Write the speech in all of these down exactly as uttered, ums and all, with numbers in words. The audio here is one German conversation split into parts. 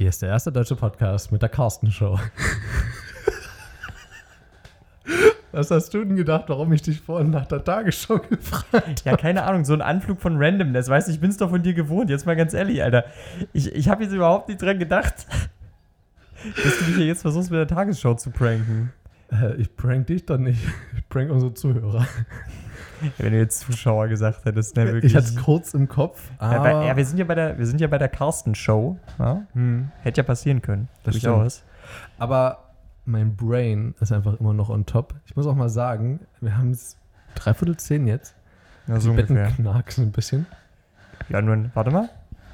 Hier ist der erste deutsche Podcast mit der Carsten-Show. Was hast du denn gedacht, warum ich dich vorhin nach der Tagesschau gefragt habe? Ja, keine Ahnung, so ein Anflug von Randomness. Weißt du, ich bin's doch von dir gewohnt. Jetzt mal ganz ehrlich, Alter. Ich, ich habe jetzt überhaupt nicht dran gedacht, dass du mich hier jetzt versuchst, mit der Tagesschau zu pranken. Äh, ich prank dich doch nicht. Ich prank unsere Zuhörer. Wenn du jetzt Zuschauer gesagt hättest, ne, wirklich. Ich hatte es kurz im Kopf, aber... Ja, bei, ja, wir sind ja bei der, wir sind ja bei der Carsten-Show. Ja? Hm. Hätte ja passieren können. Das durchaus. Aber mein Brain ist einfach immer noch on top. Ich muss auch mal sagen, wir haben es dreiviertel zehn jetzt. Ja, so Die Betten ungefähr. knacksen ein bisschen. Ja, nun, warte mal.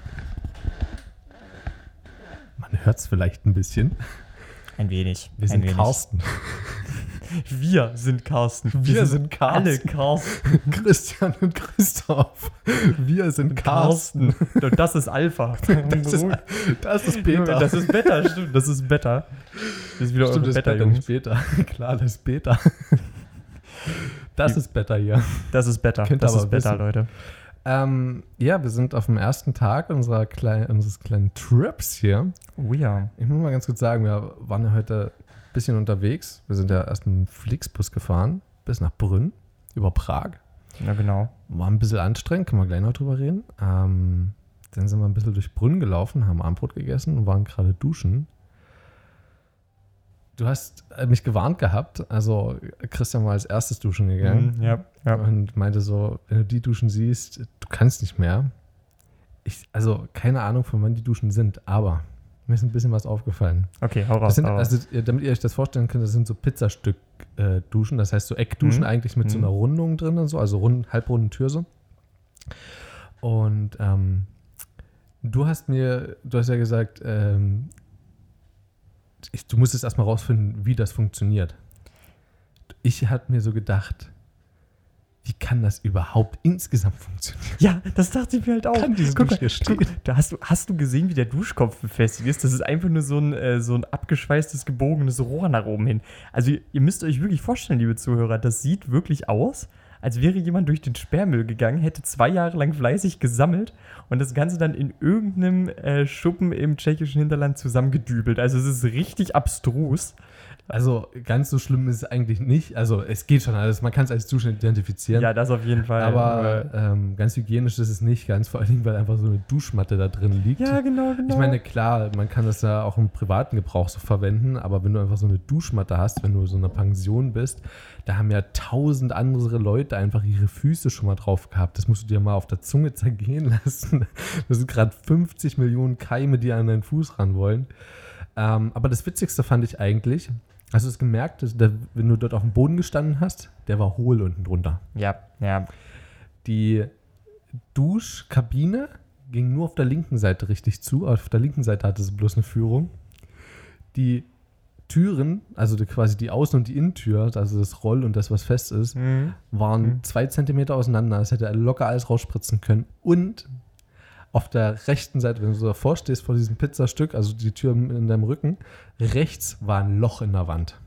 Man hört es vielleicht ein bisschen. Ein wenig. Wir ein sind wenig. Carsten. Wir sind Carsten. Wir sind Carsten. Alle Carsten. Christian und Christoph. Wir sind Carsten. Carsten. Und das ist Alpha. Das ist, das ist Beta. Das ist Beta, stimmt. Das ist Beta. Das ist wieder Stimmt, eure das ist Beta, Beta-Jungs. nicht Beta. Klar, das ist Beta. Das ist Beta hier. Das ist Beta. Könnt Das aber ist Beta, wissen. Leute. Ähm, ja, wir sind auf dem ersten Tag unserer kleinen, unseres kleinen Trips hier. Oh ja. Ich muss mal ganz kurz sagen, wir waren ja heute ein bisschen unterwegs. Wir sind ja erst mit dem Flixbus gefahren, bis nach Brünn, über Prag. Ja, genau. War ein bisschen anstrengend, können wir gleich noch drüber reden. Ähm, dann sind wir ein bisschen durch Brünn gelaufen, haben Abendbrot gegessen und waren gerade duschen. Du hast äh, mich gewarnt gehabt, also Christian war als erstes duschen gegangen. Mhm, ja, ja. Und meinte so, wenn du die Duschen siehst, du kannst nicht mehr. Ich, also keine Ahnung, von wann die Duschen sind, aber mir ist ein bisschen was aufgefallen. Okay, hau raus. Das sind, hau raus. also, damit ihr euch das vorstellen könnt, das sind so Pizzastück-Duschen, das heißt so Eckduschen Mhm. eigentlich mit so Mhm. einer Rundung drin und so, also rund, halbrunden Tür so. Und ähm, du hast mir, du hast ja gesagt, ähm, ich, du musst jetzt erstmal rausfinden, wie das funktioniert. Ich hatte mir so gedacht, wie kann das überhaupt insgesamt funktionieren? Ja, das dachte ich mir halt auch. Kann diese Guck mal, Dusche stehen? guck, da hast, du, hast du gesehen, wie der Duschkopf befestigt ist? Das ist einfach nur so ein, äh, so ein abgeschweißtes, gebogenes Rohr nach oben hin. Also ihr, ihr müsst euch wirklich vorstellen, liebe Zuhörer, das sieht wirklich aus, als wäre jemand durch den Sperrmüll gegangen, hätte zwei Jahre lang fleißig gesammelt und das Ganze dann in irgendeinem äh, Schuppen im tschechischen Hinterland zusammengedübelt. Also es ist richtig abstrus. Also ganz so schlimm ist es eigentlich nicht. Also es geht schon alles, man kann es als Dusche identifizieren. Ja, das auf jeden Fall. Aber ähm, ganz hygienisch ist es nicht ganz, vor allen Dingen, weil einfach so eine Duschmatte da drin liegt. ja, genau, genau. Ich meine, klar, man kann das ja auch im privaten Gebrauch so verwenden, aber wenn du einfach so eine Duschmatte hast, wenn du so in einer Pension bist, da haben ja tausend andere Leute einfach ihre Füße schon mal drauf gehabt. Das musst du dir mal auf der Zunge zergehen lassen. Das sind gerade fünfzig Millionen Keime, die an deinen Fuß ran wollen. Ähm, aber das Witzigste fand ich eigentlich, hast du es gemerkt, dass der, wenn du dort auf dem Boden gestanden hast, der war hohl unten drunter. Ja, ja. Die Duschkabine ging nur auf der linken Seite richtig zu. Auf der linken Seite hatte sie bloß eine Führung. Die Türen, also die, quasi die Außen- und die Innentür, also das Roll und das, was fest ist, Mhm. waren Mhm. zwei Zentimeter auseinander. Das hätte locker alles rausspritzen können. Und auf der rechten Seite, wenn du so davor stehst, vor diesem Pizzastück, also die Tür in deinem Rücken, rechts war ein Loch in der Wand.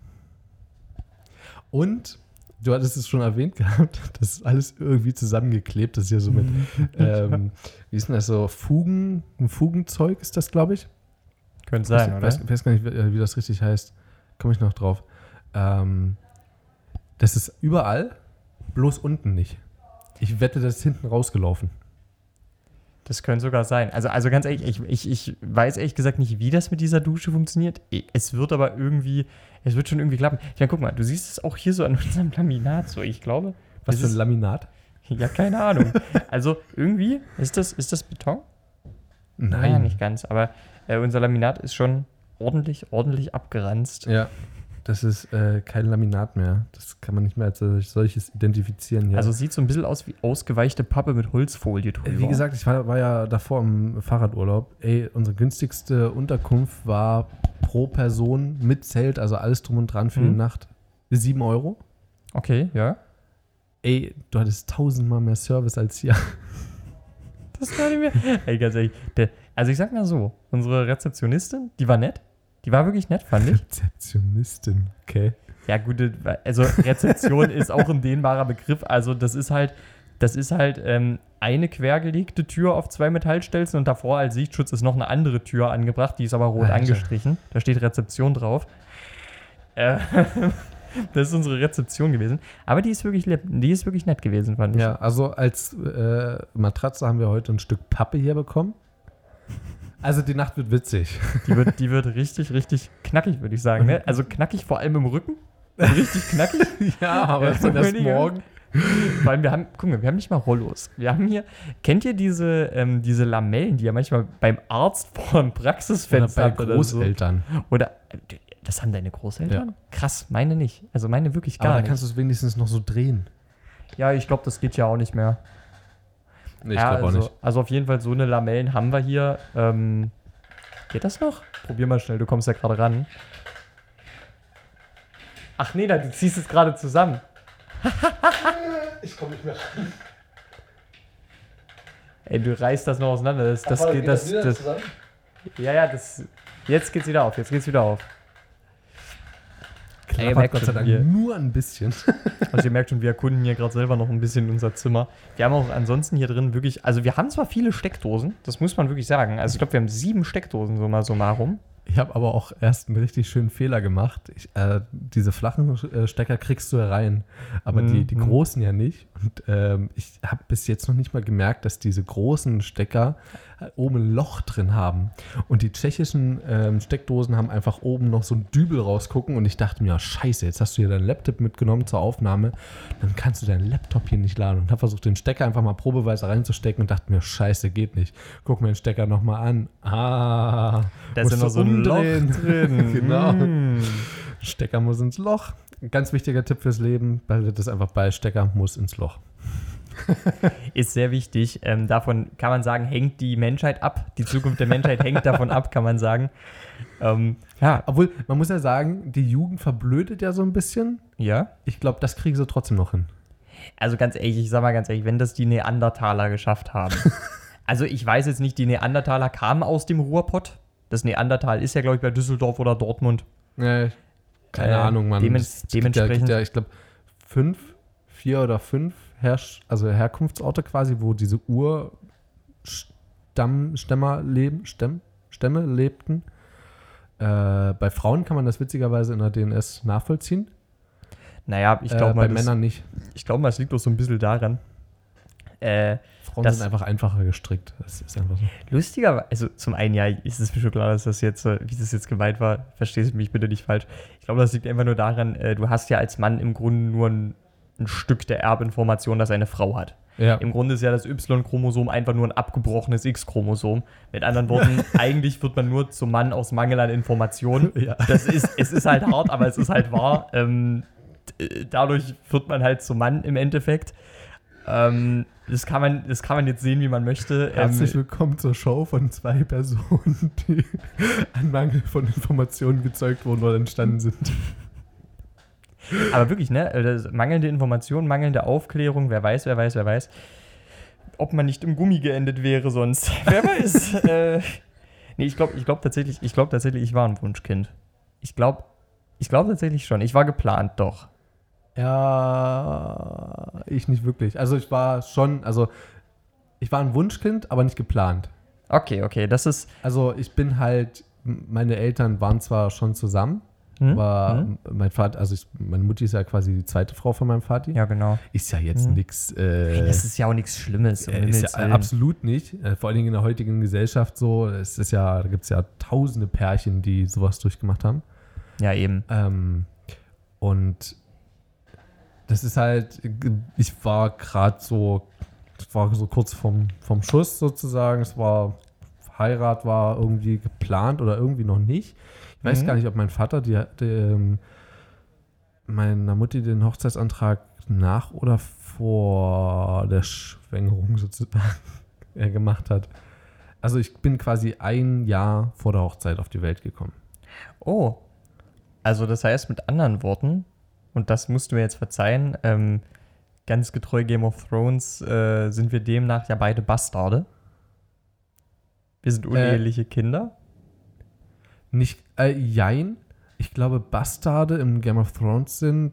Und du hattest es schon erwähnt gehabt, das ist alles irgendwie zusammengeklebt. Das ist ja so mit, ähm, wie ist denn das so, Fugen, ein Fugenzeug ist das, glaube ich. Könnte Ich sein, weiß, oder? ich weiß gar nicht, wie, wie das richtig heißt. Komme ich noch drauf. Ähm, das ist überall, bloß unten nicht. Ich wette, das ist hinten rausgelaufen. Das könnte sogar sein. Also, also ganz ehrlich, ich, ich, ich weiß ehrlich gesagt nicht, wie das mit dieser Dusche funktioniert. Es wird aber irgendwie, es wird schon irgendwie klappen. Ich meine, guck mal, du siehst es auch hier so an unserem Laminat so. Ich glaube, Was das für ein ist- Laminat? Ja, keine Ahnung. Also irgendwie, ist das, ist das Beton? Naja, nicht ganz. Aber äh, unser Laminat ist schon ordentlich, ordentlich abgeranzt. Ja, das ist äh, kein Laminat mehr. Das kann man nicht mehr als solches identifizieren hier. Also es sieht so ein bisschen aus wie ausgeweichte Pappe mit Holzfolie drüber. Äh, Wie gesagt, ich war, war ja davor im Fahrradurlaub. Ey, unsere günstigste Unterkunft war pro Person mit Zelt, also alles drum und dran für Mhm. die Nacht, sieben Euro. Okay, ja. Ey, du hattest tausendmal mehr Service als hier. Das kann ich mir. Ey, ganz ehrlich. Der, also ich sag mal so, unsere Rezeptionistin, die war nett. Die war wirklich nett, fand ich. Rezeptionistin, okay. Ja, gut, also Rezeption ist auch ein dehnbarer Begriff. Also das ist halt, Das ist halt ähm, eine quergelegte Tür auf zwei Metallstelzen und davor als Sichtschutz ist noch eine andere Tür angebracht, die ist aber rot Alter. angestrichen. Da steht Rezeption drauf. Äh, das ist unsere Rezeption gewesen. Aber die ist wirklich, die ist wirklich nett gewesen, fand ich. Ja, also als äh, Matratze haben wir heute ein Stück Pappe hier bekommen. Also die Nacht wird witzig. Die wird, die wird richtig, richtig knackig, würde ich sagen. Ne? Also knackig vor allem im Rücken. Richtig knackig. Ja, aber Ja, das dann erst weniger. morgen. Vor allem, wir haben, guck mal, wir haben nicht mal Rollos. Wir haben hier, kennt ihr diese, ähm, diese Lamellen, die ja manchmal beim Arzt vor dem Oder Praxisfenster bei hat oder Großeltern. so. Oder, äh, das haben deine Großeltern? Ja. Krass, meine nicht. Also meine wirklich Aber gar da nicht. kannst du es wenigstens noch so drehen. Ja, ich glaube, das geht ja auch nicht mehr. Nee, ich ja, glaube also, auch nicht. Also auf jeden Fall so eine Lamellen haben wir hier. Ähm, geht das noch? Probier mal schnell, du kommst ja gerade ran. Ach nee, da, du ziehst es gerade zusammen. Ich komme nicht mehr ran. Ey, du reißt das noch auseinander. Das, das, geht, das, das, zusammen? ja, ja, das. Jetzt geht's wieder auf. Jetzt geht's wieder auf. Ey, ihr Klappert merkt Gott sei schon, Dank wir, nur ein bisschen. also ihr merkt schon, wir erkunden hier gerade selber noch ein bisschen unser Zimmer. Wir haben auch ansonsten hier drin wirklich, also wir haben zwar viele Steckdosen, das muss man wirklich sagen. Also ich glaube, wir haben sieben Steckdosen so mal so mal rum. Ich habe aber auch erst einen richtig schönen Fehler gemacht. Ich, äh, diese flachen äh, Stecker kriegst du ja rein, aber die, die Mhm. großen ja nicht. Und ähm, ich habe bis jetzt noch nicht mal gemerkt, dass diese großen Stecker äh, oben ein Loch drin haben. Und die tschechischen ähm, Steckdosen haben einfach oben noch so ein Dübel rausgucken. Und ich dachte mir, scheiße, jetzt hast du hier deinen Laptop mitgenommen zur Aufnahme. Dann kannst du deinen Laptop hier nicht laden. Und habe versucht, den Stecker einfach mal probeweise reinzustecken und dachte mir, scheiße, geht nicht. Guck mir den Stecker nochmal an. Ah, Da ist ja musst noch du so ein Loch umdrehen. drin. Genau. Mm. Stecker muss ins Loch. Ein ganz wichtiger Tipp fürs Leben, weil das einfach bei Stecker muss ins Loch. Ist sehr wichtig. Ähm, davon kann man sagen, hängt die Menschheit ab. Die Zukunft der Menschheit hängt davon ab, kann man sagen. Ähm, ja. Obwohl, man muss ja sagen, die Jugend verblödet ja so ein bisschen. Ja. Ich glaube, das kriegen sie trotzdem noch hin. Also ganz ehrlich, ich sag mal ganz ehrlich, wenn das die Neandertaler geschafft haben. Also ich weiß jetzt nicht, die Neandertaler kamen aus dem Ruhrpott. Das Neandertal ist ja, glaube ich, bei Düsseldorf oder Dortmund. Nee, keine Äh, Ahnung, Mann. demen- Es gibt ja, gibt dementsprechend- ja, ich glaube, fünf, vier oder fünf Herrsch also Herkunftsorte quasi, wo diese Urstämmer leben, Stämm, Stämme lebten. Äh, bei Frauen kann man das witzigerweise in der D N S nachvollziehen. Naja, ich äh, glaube bei mal, das- Männern nicht. ich glaube mal, es liegt doch so ein bisschen daran. Äh, Frauen das- sind einfach einfacher gestrickt. Das ist einfach so. Lustiger, also zum einen, ja, ist es mir schon klar, dass das jetzt, äh, wie das jetzt gemeint war, verstehst mich bitte nicht falsch. Ich glaube, das liegt einfach nur daran, äh, du hast ja als Mann im Grunde nur ein, ein Stück der Erbinformation, das eine Frau hat. Ja. Im Grunde ist ja das Y-Chromosom einfach nur ein abgebrochenes X-Chromosom. Mit anderen Worten, eigentlich wird man nur zum Mann aus Mangel an Informationen. Ja. Das ist, es ist halt hart, aber es ist halt wahr. Ähm, d- dadurch wird man halt zum Mann im Endeffekt. Ähm, das, kann man, das kann man jetzt sehen, wie man möchte. Herzlich Ähm, willkommen zur Show von zwei Personen, die an Mangel von Informationen gezeugt wurden oder entstanden sind. aber wirklich, ne? Das mangelnde Informationen, mangelnde Aufklärung, wer weiß, wer weiß, wer weiß. Ob man nicht im Gummi geendet wäre sonst. Wer weiß. äh, nee, ich glaube ich glaub tatsächlich, ich glaube tatsächlich, ich war ein Wunschkind. Ich glaube ich glaub tatsächlich schon. Ich war geplant, doch. Ja, ich nicht wirklich. Also ich war schon, also ich war ein Wunschkind, aber nicht geplant. Okay, okay, das ist. Also ich bin halt, meine Eltern waren zwar schon zusammen, Hm? aber Hm? mein Vater, also ich, meine Mutti ist ja quasi die zweite Frau von meinem Vati. Ja, genau. Ist ja jetzt Hm. nix. Äh, Das ist ja auch nichts Schlimmes. um äh, ist Himmels ja Willen. absolut nicht. Äh, vor allen Dingen in der heutigen Gesellschaft so. Es ist ja, da gibt es ja tausende Pärchen, die sowas durchgemacht haben. Ja, eben. Ähm, und das ist halt, ich war gerade so, ich war so kurz vom, vom Schuss sozusagen. Es war, Heirat war irgendwie geplant oder irgendwie noch nicht. Ich weiß Mhm. gar nicht, ob mein Vater die, die, ähm, meiner Mutti den Hochzeitsantrag nach oder vor der Schwängerung sozusagen äh, gemacht hat. Also ich bin quasi ein Jahr vor der Hochzeit auf die Welt gekommen. Oh. Also, das heißt mit anderen Worten, und das musst du mir jetzt verzeihen, ähm, ganz getreu Game of Thrones äh, sind wir demnach ja beide Bastarde. Wir sind uneheliche Kinder. Nicht, äh, jein. Ich glaube, Bastarde im Game of Thrones sind, da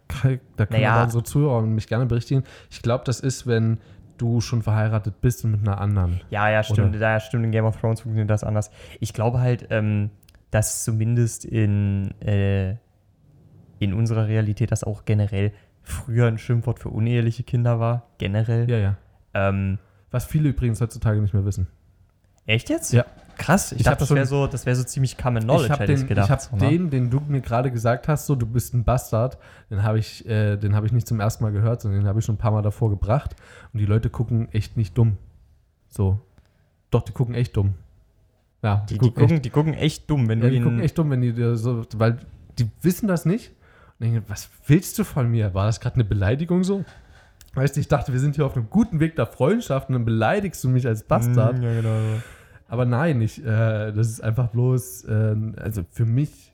da können Naja. aber unsere Zuhörer mich gerne berichtigen. Ich glaube, das ist, wenn du schon verheiratet bist und mit einer anderen. Ja, ja, stimmt. Oder? Da stimmt, in Game of Thrones funktioniert das anders. Ich glaube halt, ähm, dass zumindest in, äh, in unserer Realität das auch generell früher ein Schimpfwort für uneheliche Kinder war. Generell. Ja, ja. Ähm, Was viele übrigens heutzutage nicht mehr wissen. echt jetzt? Ja. Krass. Ich, Ich dachte, hab das schon- wäre so, das wär so ziemlich Common Knowledge, ich habe hätte ich den, gedacht. ich hab so, ne? den, den du mir gerade gesagt hast, so du bist ein Bastard, den habe ich, äh, den habe ich nicht zum ersten Mal gehört, sondern den habe ich schon ein paar Mal davor gebracht. Und die Leute gucken echt nicht dumm. So. Doch, die gucken echt dumm. Ja, Die, die, gucken gucken, echt, die gucken echt dumm, wenn ja, du die ihnen... gucken echt dumm, wenn die dir so, weil die wissen das nicht. Und denken, was willst du von mir? War das gerade eine Beleidigung so? Weißt du, ich dachte, wir sind hier auf einem guten Weg der Freundschaft und dann beleidigst du mich als Bastard. Mm, ja, genau. Aber nein, ich, äh, das ist einfach bloß, äh, also für mich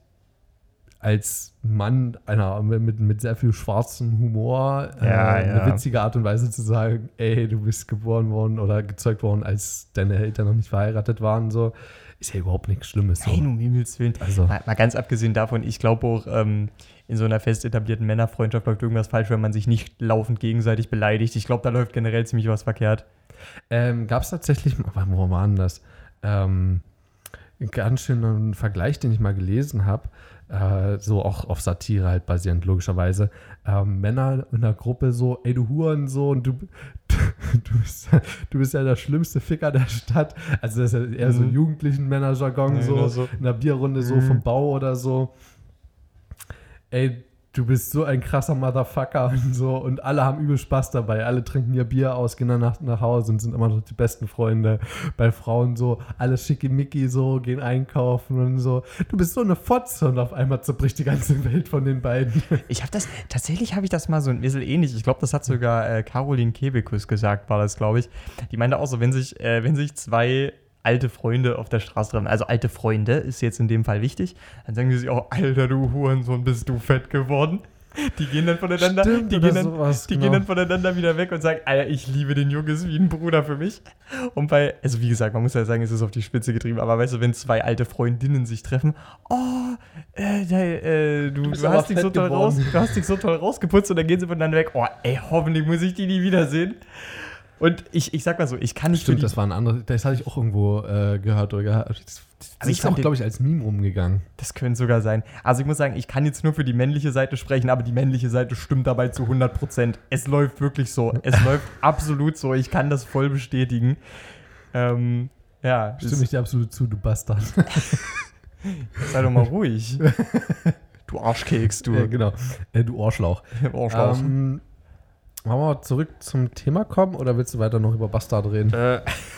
als Mann einer mit, mit sehr viel schwarzem Humor, äh, Ja, eine ja. witzige Art und Weise zu sagen, ey, du bist geboren worden oder gezeugt worden, als deine Eltern noch nicht verheiratet waren, so, ist ja überhaupt nichts Schlimmes. So. Nein, um Himmels Willen. Also, Mal, mal ganz abgesehen davon, ich glaube auch, ähm, in so einer fest etablierten Männerfreundschaft läuft irgendwas falsch, wenn man sich nicht laufend gegenseitig beleidigt. Ich glaube, da läuft generell ziemlich was verkehrt. ähm, gab es tatsächlich, aber wo war denn das? Ähm, einen ganz schönen Vergleich, den ich mal gelesen habe, äh, so auch auf Satire halt basierend, logischerweise. Ähm, Männer in der Gruppe so, ey, du Hurensohn, du, du, du, bist, du bist ja der schlimmste Ficker der Stadt. Also das ist ja eher so Mhm. jugendlichen Männerjargon, Ja, so, genau so. in der Bierrunde so Mhm. vom Bau oder so. Ey, du bist so ein krasser Motherfucker und so. Und alle haben übel Spaß dabei. Alle trinken ihr Bier aus, gehen dann nach, nach Hause und sind immer noch die besten Freunde. Bei Frauen so, alle schickimicki so, gehen einkaufen und so. Du bist so eine Fotze und auf einmal zerbricht die ganze Welt von den beiden. Ich habe das, tatsächlich habe ich das mal so ein bisschen ähnlich. Ich glaube, das hat sogar äh, Caroline Kebekus gesagt, war das, glaube ich. Die meinte auch so, wenn sich, äh, wenn sich zwei alte Freunde auf der Straße treffen, also alte Freunde ist jetzt in dem Fall wichtig, dann sagen die sich auch, Alter, du Hurensohn, bist du fett geworden. Die gehen dann voneinander, Stimmt, die, oder gehen dann, sowas, die genau. gehen dann voneinander wieder weg und sagen, Alter, ich liebe den Junges wie ein Bruder für mich. Und bei, also wie gesagt, man muss ja sagen, es ist auf die Spitze getrieben, aber weißt du, wenn zwei alte Freundinnen sich treffen, oh, äh, äh, du, du, bist du, aber hast dich so fett toll raus, geworden. du hast dich so toll rausgeputzt und dann gehen sie voneinander weg, oh, ey, hoffentlich muss ich die nie wiedersehen. Und ich, ich sag mal so, ich kann nicht Stimmt, für die, das war ein anderes, das hatte ich auch irgendwo äh, gehört. Oder gehört. Das, das Aber ich ist fand auch, den- glaube ich, als Meme umgegangen. das könnte sogar sein. Also ich muss sagen, ich kann jetzt nur für die männliche Seite sprechen, aber die männliche Seite stimmt dabei zu hundert Prozent. Es läuft wirklich so. Es läuft absolut so. Ich kann das voll bestätigen. Ähm, ja, Stimme ich dir absolut zu, du Bastard. sei doch mal ruhig. Du Arschkeks, du. Ja, genau. Äh, du Ohrschlauch. Arschlauch. Ähm, wollen wir mal zurück zum Thema kommen oder willst du weiter noch über Bastard reden? Äh.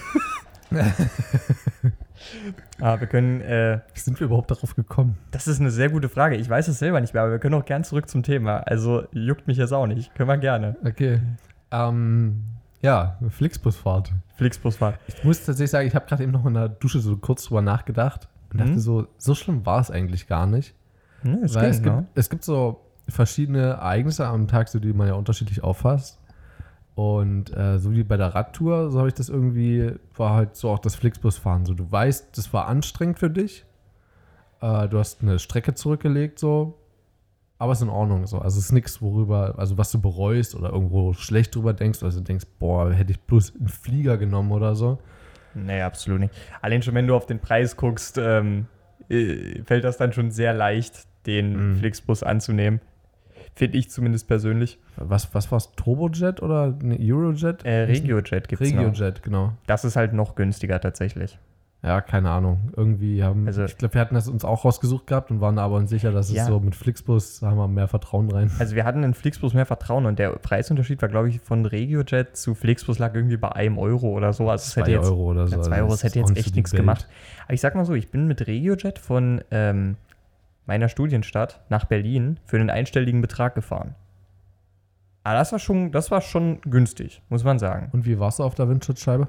ah, wir können, äh, Wie sind wir überhaupt darauf gekommen? das ist eine sehr gute Frage. Ich weiß es selber nicht mehr, aber wir können auch gern zurück zum Thema. Also juckt mich jetzt auch nicht. Können wir gerne. Okay. Ähm, ja, Flixbusfahrt. Flixbusfahrt. Ich muss tatsächlich sagen, ich habe gerade eben noch in der Dusche so kurz drüber nachgedacht und Mhm. dachte so, so schlimm war es eigentlich gar nicht. Hm, das Weil ging, es gibt, ne? es gibt so verschiedene Ereignisse am Tag, so die man ja unterschiedlich auffasst. Und äh, so wie bei der Radtour, so habe ich das irgendwie, war halt so auch das Flixbusfahren. So, du weißt, das war anstrengend für dich. Äh, du hast eine Strecke zurückgelegt, so. Aber es ist in Ordnung, so. Also es ist nichts, worüber, also was du bereust oder irgendwo schlecht drüber denkst, also du denkst, boah, hätte ich bloß einen Flieger genommen oder so. Nee, absolut nicht. Allein schon, wenn du auf den Preis guckst, ähm, äh, fällt das dann schon sehr leicht, den Mhm. Flixbus anzunehmen. Finde ich zumindest persönlich. Was, was war es? Turbojet oder eine Eurojet? Äh, Regiojet gibt es noch. Regiojet, genau. Das ist halt noch günstiger tatsächlich. Ja, keine Ahnung. Irgendwie haben, Also- ich glaube, wir hatten das uns auch rausgesucht gehabt und waren aber unsicher, dass Ja. es so mit Flixbus, da haben wir mehr Vertrauen rein. Also wir hatten in Flixbus mehr Vertrauen und der Preisunterschied war, glaube ich, von Regiojet zu Flixbus lag irgendwie bei einem Euro oder so. Also es hätte Zwei jetzt, Euro oder so. Ja, zwei Also Euro, das das hätte ist auch jetzt nicht so echt die nichts Welt. gemacht. Aber ich sag mal so, ich bin mit Regiojet von ähm, meiner Studienstadt nach Berlin für einen einstelligen Betrag gefahren. Aber das war schon, das war schon günstig, muss man sagen. Und wie warst du auf der Windschutzscheibe?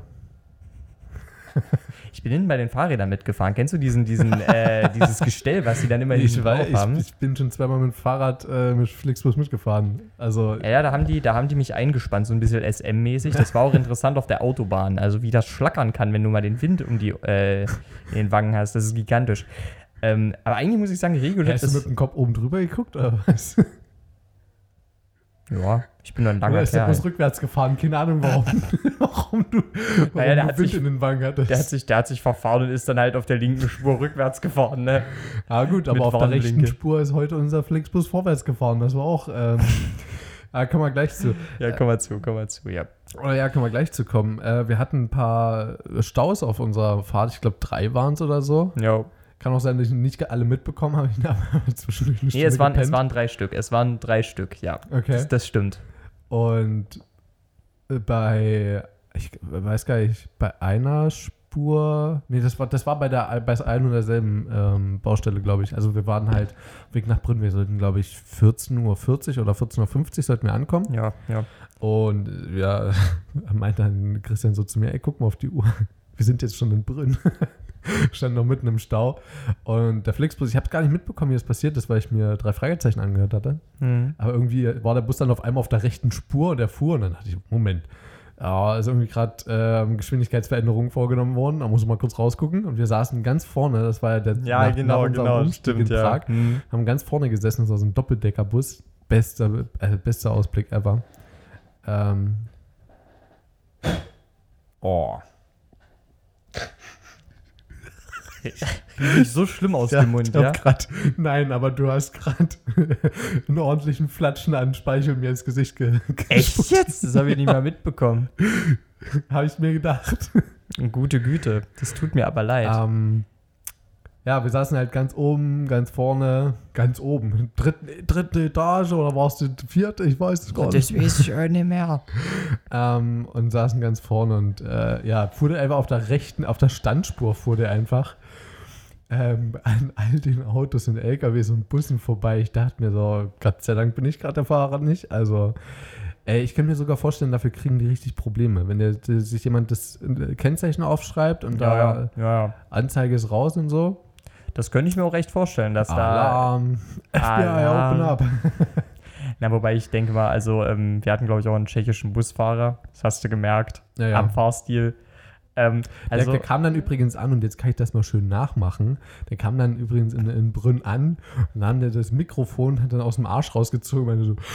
Ich bin hinten bei den Fahrrädern mitgefahren. Kennst du diesen, diesen, äh, dieses Gestell, was sie dann immer hinten drauf haben? ich, ich bin schon zweimal mit dem Fahrrad äh, mit Flixbus mitgefahren. Also, Ja, ja, da haben, die, da haben die mich eingespannt, so ein bisschen S M-mäßig. Das war auch interessant auf der Autobahn. Also wie das schlackern kann, wenn du mal den Wind um die äh, in den Wangen hast. Das ist gigantisch. Ähm, aber eigentlich muss ich sagen, Regiojet hast du ist... mit dem Kopf oben drüber geguckt oder was? Ja, ich bin ein langer Oder ist der Kerl. Bus rückwärts gefahren? Keine Ahnung, warum, warum du, warum Naja, der du hat Wind sich- in den Wangen hattest. Der hat, sich, der hat sich verfahren und ist dann halt auf der linken Spur rückwärts gefahren, ne? Ja gut, aber Mit auf der rechten Warnblinke. Spur ist heute unser Flixbus vorwärts gefahren. Das war auch, ähm, da kommen wir gleich zu. Ja, komm mal zu, komm mal zu, ja. Oder ja, können wir gleich zu kommen. Äh, wir hatten ein paar Staus auf unserer Fahrt. Ich glaube, drei waren es oder so. Ja. Kann auch sein, dass ich nicht alle mitbekommen habe. Ich habe zwischendurch eine Nee, es Stunde waren, es gepennt. waren drei Stück. Es waren drei Stück, ja. Okay. Das, das stimmt. Und bei, ich weiß gar nicht, bei einer Spur, nee, das war, das war bei der bei einer und derselben ähm, Baustelle, glaube ich. Also wir waren halt Weg nach Brünn, wir sollten, glaube ich, vierzehn Uhr vierzig oder vierzehn Uhr fünfzig sollten wir ankommen. Ja, ja. Und äh, ja, meinte dann Christian so zu mir, ey, guck mal auf die Uhr. Wir sind jetzt schon in Brünn. Stand noch mitten im Stau. Und der Flixbus, ich habe gar nicht mitbekommen, wie das passiert ist, weil ich mir drei Fragezeichen angehört hatte. Mhm. Aber irgendwie war der Bus dann auf einmal auf der rechten Spur und der fuhr. Und dann dachte ich, Moment, ja, ist irgendwie gerade ähm, Geschwindigkeitsveränderung vorgenommen worden. Da muss ich mal kurz rausgucken. Und wir saßen ganz vorne, das war ja der Ja, genau, unserem genau, Umstieg stimmt, in ja. Prag. Mhm. Haben ganz vorne gesessen, das war so ein Doppeldeckerbus. Bester, äh, bester Ausblick ever. Ähm. Oh. Riecht so schlimm aus Ja, dem Mund, ich glaub ja? grad, nein, aber du hast gerade einen ordentlichen Flatschen an Speichel mir ins Gesicht ge Echt jetzt? Das habe ich nicht mal mitbekommen. Habe ich mir gedacht. Gute Güte. Das tut mir aber leid. Ähm, ja, wir saßen halt ganz oben, ganz vorne, ganz oben. Dritte, dritte Etage oder warst du vierte? Ich weiß es gar nicht. weiß ich auch nicht mehr. Ähm, und saßen ganz vorne und äh, ja, fuhr der einfach auf der rechten, auf der Standspur fuhr der einfach ähm, an all den Autos und L K Ws und Bussen vorbei. Ich dachte mir so, Gott sei Dank bin ich gerade der Fahrer nicht. Also, ey, ich kann mir sogar vorstellen, dafür kriegen die richtig Probleme. Wenn der, der, sich jemand das äh, Kennzeichen aufschreibt und Ja, da ja, ja, ja. Anzeige ist raus und so. Das könnte ich mir auch recht vorstellen, dass da. Alarm, F B I, Alarm. open up. Na, wobei ich denke mal, also ähm, wir hatten, glaube ich, auch einen tschechischen Busfahrer. Das hast du gemerkt. Ja, ja. Am Fahrstil. Ähm, also, der, der kam dann übrigens an, und jetzt kann ich das mal schön nachmachen. Der kam dann übrigens in, in Brünn an und dann hat er das Mikrofon hat dann aus dem Arsch rausgezogen und meinte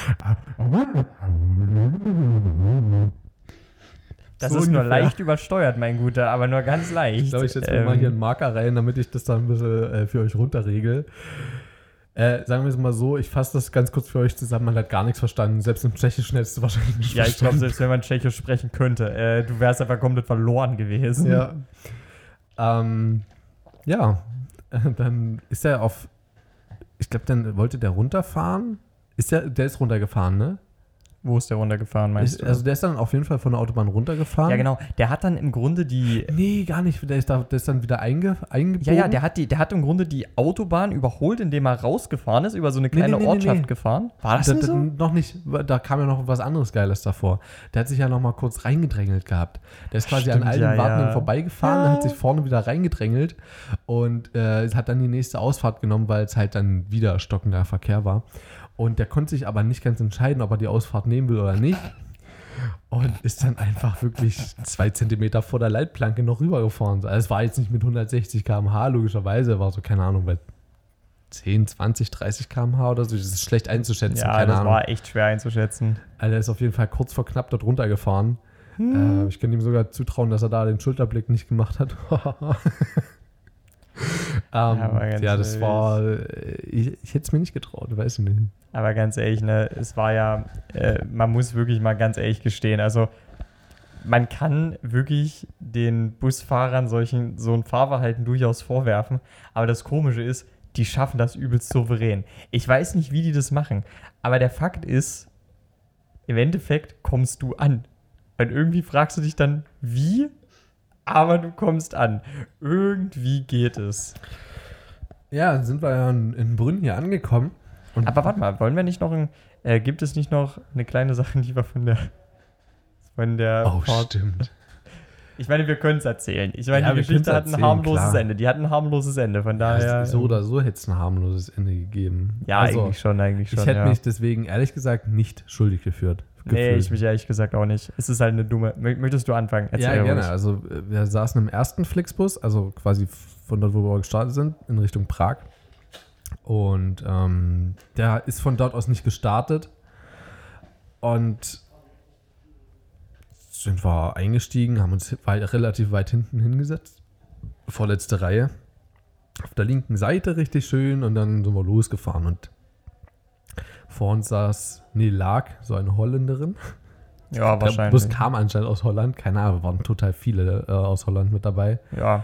so. das so ist nur ungefähr. leicht übersteuert, mein Guter, aber nur ganz leicht. Ich glaube, ich setze Ähm, mir mal hier einen Marker rein, damit ich das dann ein bisschen äh, für euch runterregel. Äh, sagen wir es mal so, ich fasse das ganz kurz für euch zusammen, man hat gar nichts verstanden. Selbst im Tschechischen hättest du wahrscheinlich nicht Ja, ich glaube, verstanden. selbst wenn man Tschechisch sprechen könnte, äh, du wärst einfach komplett verloren gewesen. Ja. Ähm, ja, äh, dann ist er auf, ich glaube, dann wollte der runterfahren. Ist der, der ist runtergefahren, ne? Wo ist der runtergefahren, meinst Ist, du? also der ist dann auf jeden Fall von der Autobahn runtergefahren. ja, genau. Der hat dann im Grunde die. Nee, gar nicht. Der ist, da, der ist dann wieder einge, eingebogen. Ja, ja, der hat, die, der hat im Grunde die Autobahn überholt, indem er rausgefahren ist, über so eine Nee, kleine nee, nee, Ortschaft nee. gefahren. War das Da, nicht da, so? noch nicht, da kam ja noch was anderes Geiles davor. Der hat sich ja noch mal kurz reingedrängelt gehabt. Der ist quasi Stimmt, an allen ja, Wartenden ja. vorbeigefahren, Ja. hat sich vorne wieder reingedrängelt und äh, hat dann die nächste Ausfahrt genommen, weil es halt dann wieder stockender Verkehr war. Und der konnte sich aber nicht ganz entscheiden, ob er die Ausfahrt nehmen will oder nicht. Und ist dann einfach wirklich zwei Zentimeter vor der Leitplanke noch rübergefahren. Also es war jetzt nicht mit hundertsechzig Kilometer pro Stunde, logischerweise, war so, keine Ahnung, bei zehn, zwanzig, dreißig Kilometer pro Stunde oder so. Das ist schlecht einzuschätzen, Ja, keine das Ahnung. war echt schwer einzuschätzen. Also er ist auf jeden Fall kurz vor knapp dort runtergefahren. Hm. Äh, ich kann ihm sogar zutrauen, dass er da den Schulterblick nicht gemacht hat. ähm, aber ganz ja, das ehrlich. war. äh, Ich, ich hätte es mir nicht getraut, weiß ich nicht. Aber ganz ehrlich, ne, es war ja, äh, man muss wirklich mal ganz ehrlich gestehen, also man kann wirklich den Busfahrern solchen, so ein Fahrverhalten durchaus vorwerfen, aber das Komische ist, die schaffen das übelst souverän. Ich weiß nicht, wie die das machen, aber der Fakt ist, im Endeffekt kommst du an. Und irgendwie fragst du dich dann, wie? Aber du kommst an. Irgendwie geht es. Ja, dann sind wir ja in, in Brünn hier angekommen. Und Aber warte mal, wollen wir nicht noch ein, äh, gibt es nicht noch eine kleine Sache, die wir von der von der oh, Fahrt- stimmt. Ich meine, wir können es erzählen. Ich meine, Ja, die wir Geschichte können's hat ein erzählen, harmloses klar. Ende. Die hat ein harmloses Ende, von daher. so oder so hätte es ein harmloses Ende gegeben. Ja, Also, eigentlich schon, eigentlich schon. ich hätte ja. mich deswegen ehrlich gesagt nicht schuldig geführt. Nee, gefühlt. ich mich ehrlich gesagt auch nicht. Es ist halt eine dumme. Mö- Möchtest du anfangen? Ja, ruhig. gerne. Also äh, wir saßen im ersten Flixbus, also quasi von dort, wo wir gestartet sind, in Richtung Prag. Und ähm, der ist von dort aus nicht gestartet. Und sind wir eingestiegen, haben uns weit, relativ weit hinten hingesetzt. Vorletzte Reihe. Auf der linken Seite richtig schön und dann sind wir losgefahren und vor uns saß, nee, lag so eine Holländerin. Ja, Der wahrscheinlich. Bus kam anscheinend aus Holland, keine Ahnung, waren total viele äh, aus Holland mit dabei. Ja,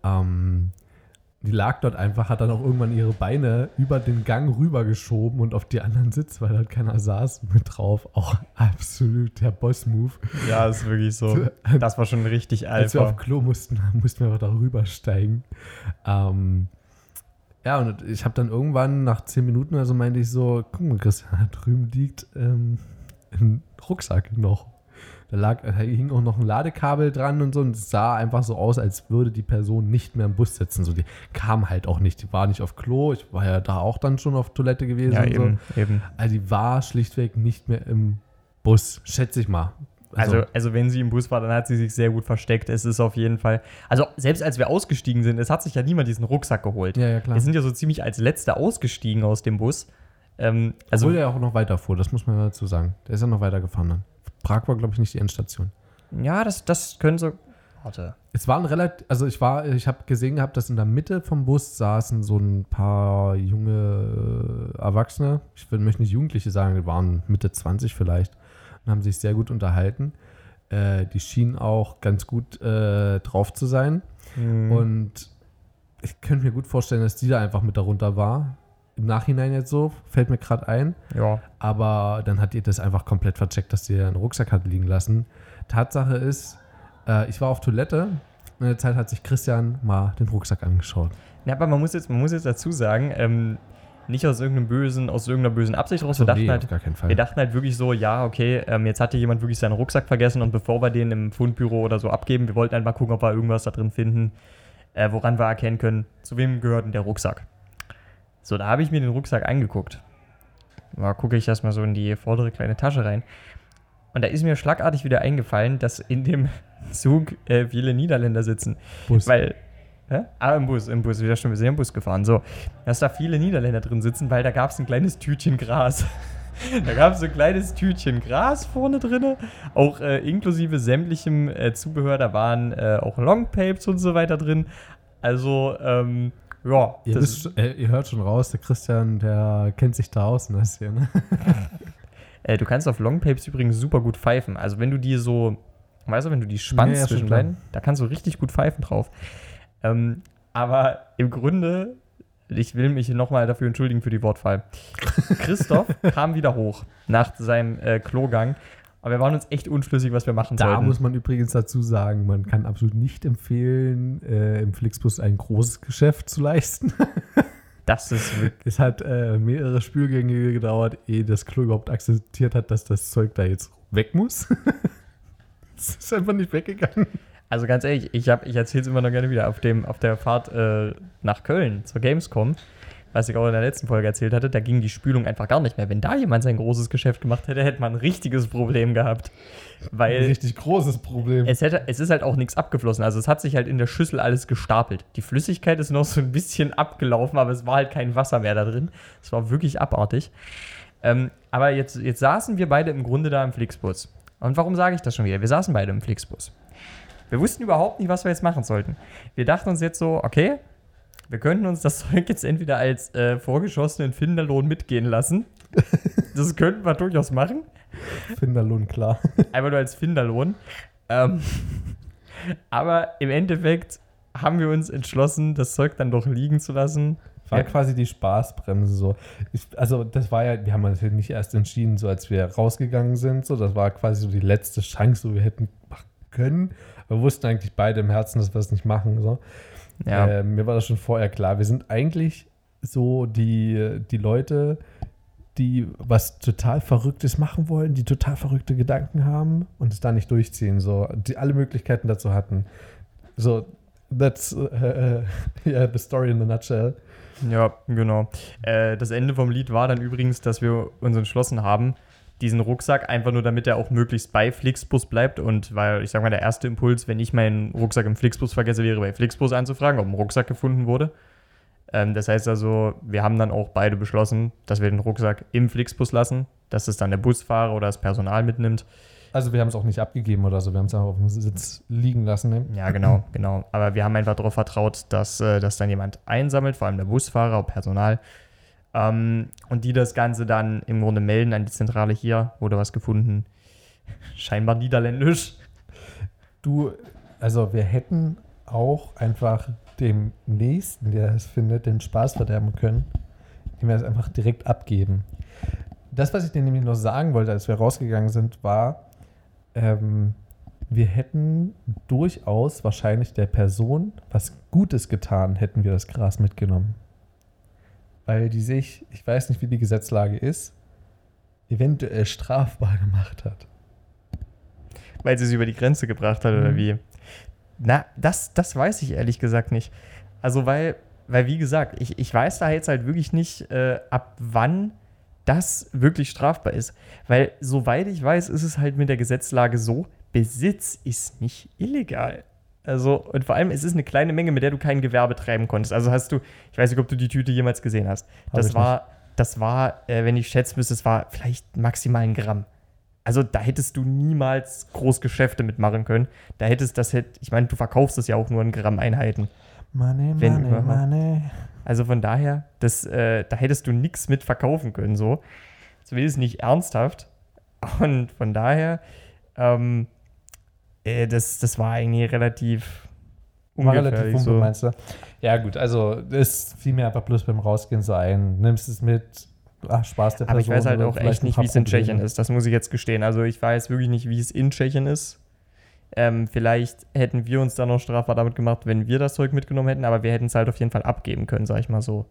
Ähm, die lag dort einfach, hat dann auch irgendwann ihre Beine über den Gang rübergeschoben und auf die anderen Sitz, weil dort keiner saß, mit drauf. Auch absolut der Boss-Move. ja, ist wirklich so. Das war schon richtig Als wir auf Alpha. Klo mussten, mussten wir einfach darüber steigen. Ähm, ja, und ich habe dann irgendwann nach zehn Minuten oder so meinte ich so, guck mal, Christian, da drüben liegt ähm, ein Rucksack noch. Da lag, da hing auch noch ein Ladekabel dran und so und es sah einfach so aus, als würde die Person nicht mehr im Bus sitzen. So, die kam halt auch nicht, die war nicht auf Klo, ich war ja da auch dann schon auf Toilette gewesen Ja, und eben, so. eben. Also die war schlichtweg nicht mehr im Bus, schätze ich mal. Also, also wenn sie im Bus war, dann hat sie sich sehr gut versteckt. Es ist auf jeden Fall, also selbst als wir ausgestiegen sind, es hat sich ja niemand diesen Rucksack geholt. ja, ja, klar. Wir sind ja so ziemlich als Letzter ausgestiegen aus dem Bus. Ähm, also Obwohl der auch noch weiter fuhr, das muss man dazu sagen. Der ist ja noch weiter gefahren dann. Prag war, glaube ich, nicht die Endstation. ja, das, das können so. Warte. Es waren relativ, also ich war, ich habe gesehen gehabt, dass in der Mitte vom Bus saßen so ein paar junge äh, Erwachsene. Ich will, möchte nicht Jugendliche sagen, die waren Mitte zwanzig vielleicht und haben sich sehr gut unterhalten. Äh, die schienen auch ganz gut äh, drauf zu sein. Mhm. Und ich könnte mir gut vorstellen, dass die da einfach mit darunter war. Im Nachhinein jetzt so, fällt mir gerade ein. Ja. Aber dann hat ihr das einfach komplett vercheckt, dass ihr einen Rucksack hat liegen lassen. Tatsache ist, äh, ich war auf Toilette und in der Zeit hat sich Christian mal den Rucksack angeschaut. Ja, aber man muss jetzt, man muss jetzt dazu sagen, ähm, nicht aus irgendeinem bösen, aus irgendeiner bösen Absicht raus. So, wir, dachten nee, halt, auf gar keinen Fall. wir dachten halt wirklich so, ja, okay, ähm, jetzt hat hier jemand wirklich seinen Rucksack vergessen und bevor wir den im Fundbüro oder so abgeben, wir wollten einfach gucken, ob wir irgendwas da drin finden, äh, woran wir erkennen können, zu wem gehört denn der Rucksack. So, da habe ich mir den Rucksack angeguckt. Da gucke ich erstmal so in die vordere kleine Tasche rein. Und da ist mir schlagartig wieder eingefallen, dass in dem Zug äh, viele Niederländer sitzen. Bus. Weil, hä? Ah, im Bus, im Bus, wieder schon, wir sind im Bus gefahren. So, dass da viele Niederländer drin sitzen, weil da gab es ein kleines Tütchen Gras. Da gab es so ein kleines Tütchen Gras vorne drin, auch äh, inklusive sämtlichem äh, Zubehör. Da waren äh, auch Longpapes und so weiter drin. Also, ähm, ja. Ihr, das, wisst, äh, ihr hört schon raus, der Christian, der kennt sich da aus in der Szene. äh, du kannst auf Longpapes übrigens super gut pfeifen. Also, wenn du die so, weißt du, wenn du die spannst Ja, ja, zwischen schon klar. beiden, da kannst du richtig gut pfeifen drauf. Ähm, aber im Grunde, ich will mich nochmal dafür entschuldigen für die Wortwahl. Christoph kam wieder hoch nach seinem äh, Klogang. Aber wir waren uns echt unschlüssig, was wir machen Da sollten. muss man übrigens dazu sagen, man kann absolut nicht empfehlen, äh, im Flixbus ein großes Geschäft zu leisten. Das ist wirklich. Es hat äh, mehrere Spülgänge gedauert, ehe das Klo überhaupt akzeptiert hat, dass das Zeug da jetzt weg muss. Es ist einfach nicht weggegangen. Also ganz ehrlich, ich, hab- ich erzähle es immer noch gerne wieder. Auf, dem, auf der Fahrt äh, nach Köln zur Gamescom, was ich auch in der letzten Folge erzählt hatte, da ging die Spülung einfach gar nicht mehr. Wenn da jemand sein großes Geschäft gemacht hätte, hätte man ein richtiges Problem gehabt. Ein Weil richtig großes Problem. es, hätte, es ist halt auch nichts abgeflossen. Also es hat sich halt in der Schüssel alles gestapelt. Die Flüssigkeit ist noch so ein bisschen abgelaufen, aber es war halt kein Wasser mehr da drin. Es war wirklich abartig. Ähm, aber jetzt, jetzt saßen wir beide im Grunde da im Flixbus. Und warum sage ich das schon wieder? Wir saßen beide im Flixbus. Wir wussten überhaupt nicht, was wir jetzt machen sollten. Wir dachten uns jetzt so, okay, wir könnten uns das Zeug jetzt entweder als äh, vorgeschossenen Finderlohn mitgehen lassen. Das könnten wir durchaus machen. Finderlohn, klar. Einfach nur als Finderlohn. Ähm, aber im Endeffekt haben wir uns entschlossen, das Zeug dann doch liegen zu lassen. War Ja. quasi die Spaßbremse so. Ich, also das war ja, wir haben uns nicht erst entschieden, so als wir rausgegangen sind. So, das war quasi so die letzte Chance, so wir hätten machen können. Wir wussten eigentlich beide im Herzen, dass wir es nicht machen. So. Ja, Äh, mir war das schon vorher klar. Wir sind eigentlich so die, die Leute, die was total Verrücktes machen wollen, die total verrückte Gedanken haben und es da nicht durchziehen. So, die alle Möglichkeiten dazu hatten. So, that's uh, uh, yeah, the story in a nutshell. ja, genau. Äh, das Ende vom Lied war dann übrigens, dass wir uns entschlossen haben, diesen Rucksack, einfach nur damit er auch möglichst bei Flixbus bleibt und weil, ich sag mal, der erste Impuls, wenn ich meinen Rucksack im Flixbus vergesse, wäre bei Flixbus anzufragen, ob ein Rucksack gefunden wurde. Ähm, das heißt also, wir haben dann auch beide beschlossen, dass wir den Rucksack im Flixbus lassen, dass es dann der Busfahrer oder das Personal mitnimmt. Also wir haben es auch nicht abgegeben oder so, wir haben es einfach auf dem Sitz liegen lassen. Ne? Ja, genau, genau. Aber wir haben einfach darauf vertraut, dass äh, das dann jemand einsammelt, vor allem der Busfahrer und Personal. Ähm, und die das Ganze dann im Grunde melden an die Zentrale hier. Wurde was gefunden. Scheinbar niederländisch. Du, also wir hätten auch einfach dem Nächsten, der es findet, den Spaß verderben können, indem wir es einfach direkt abgeben. Das, was ich dir nämlich noch sagen wollte, als wir rausgegangen sind, war, ähm, wir hätten durchaus wahrscheinlich der Person was Gutes getan, hätten wir das Gras mitgenommen. Weil die sich, ich weiß nicht, wie die Gesetzlage ist, eventuell strafbar gemacht hat. Weil sie es über die Grenze gebracht hat, mhm. oder wie? Na, das, das weiß ich ehrlich gesagt nicht. Also, weil, weil wie gesagt, ich, ich weiß da jetzt halt wirklich nicht, äh, ab wann das wirklich strafbar ist. Weil, soweit ich weiß, ist es halt mit der Gesetzlage so, Besitz ist nicht illegal. Also, und vor allem, es ist eine kleine Menge, mit der du kein Gewerbe treiben konntest. Also hast du, ich weiß nicht, ob du die Tüte jemals gesehen hast. Das war, das war, äh, wenn ich schätzen müsste, das war vielleicht maximal ein Gramm. Also da hättest du niemals groß Geschäfte mitmachen können. Da hättest das, hätt, ich meine, du verkaufst das ja auch nur in Grammeinheiten. Money, wenn money, money. Also von daher, das, äh, da hättest du nichts mit verkaufen können, so. Zumindest nicht ernsthaft. Und von daher, ähm, äh, das, das war eigentlich relativ war relativ so. Meinst du? Ja gut, also es fiel mir einfach bloß beim Rausgehen so ein. Nimmst es mit, ach, Spaß der Person. Aber ich weiß halt auch echt nicht, wie es in Probleme. Tschechien ist. Das muss ich jetzt gestehen. Also ich weiß wirklich nicht, wie es in Tschechien ist. Ähm, vielleicht hätten wir uns da noch strafbar damit gemacht, wenn wir das Zeug mitgenommen hätten, aber wir hätten es halt auf jeden Fall abgeben können, sag ich mal so.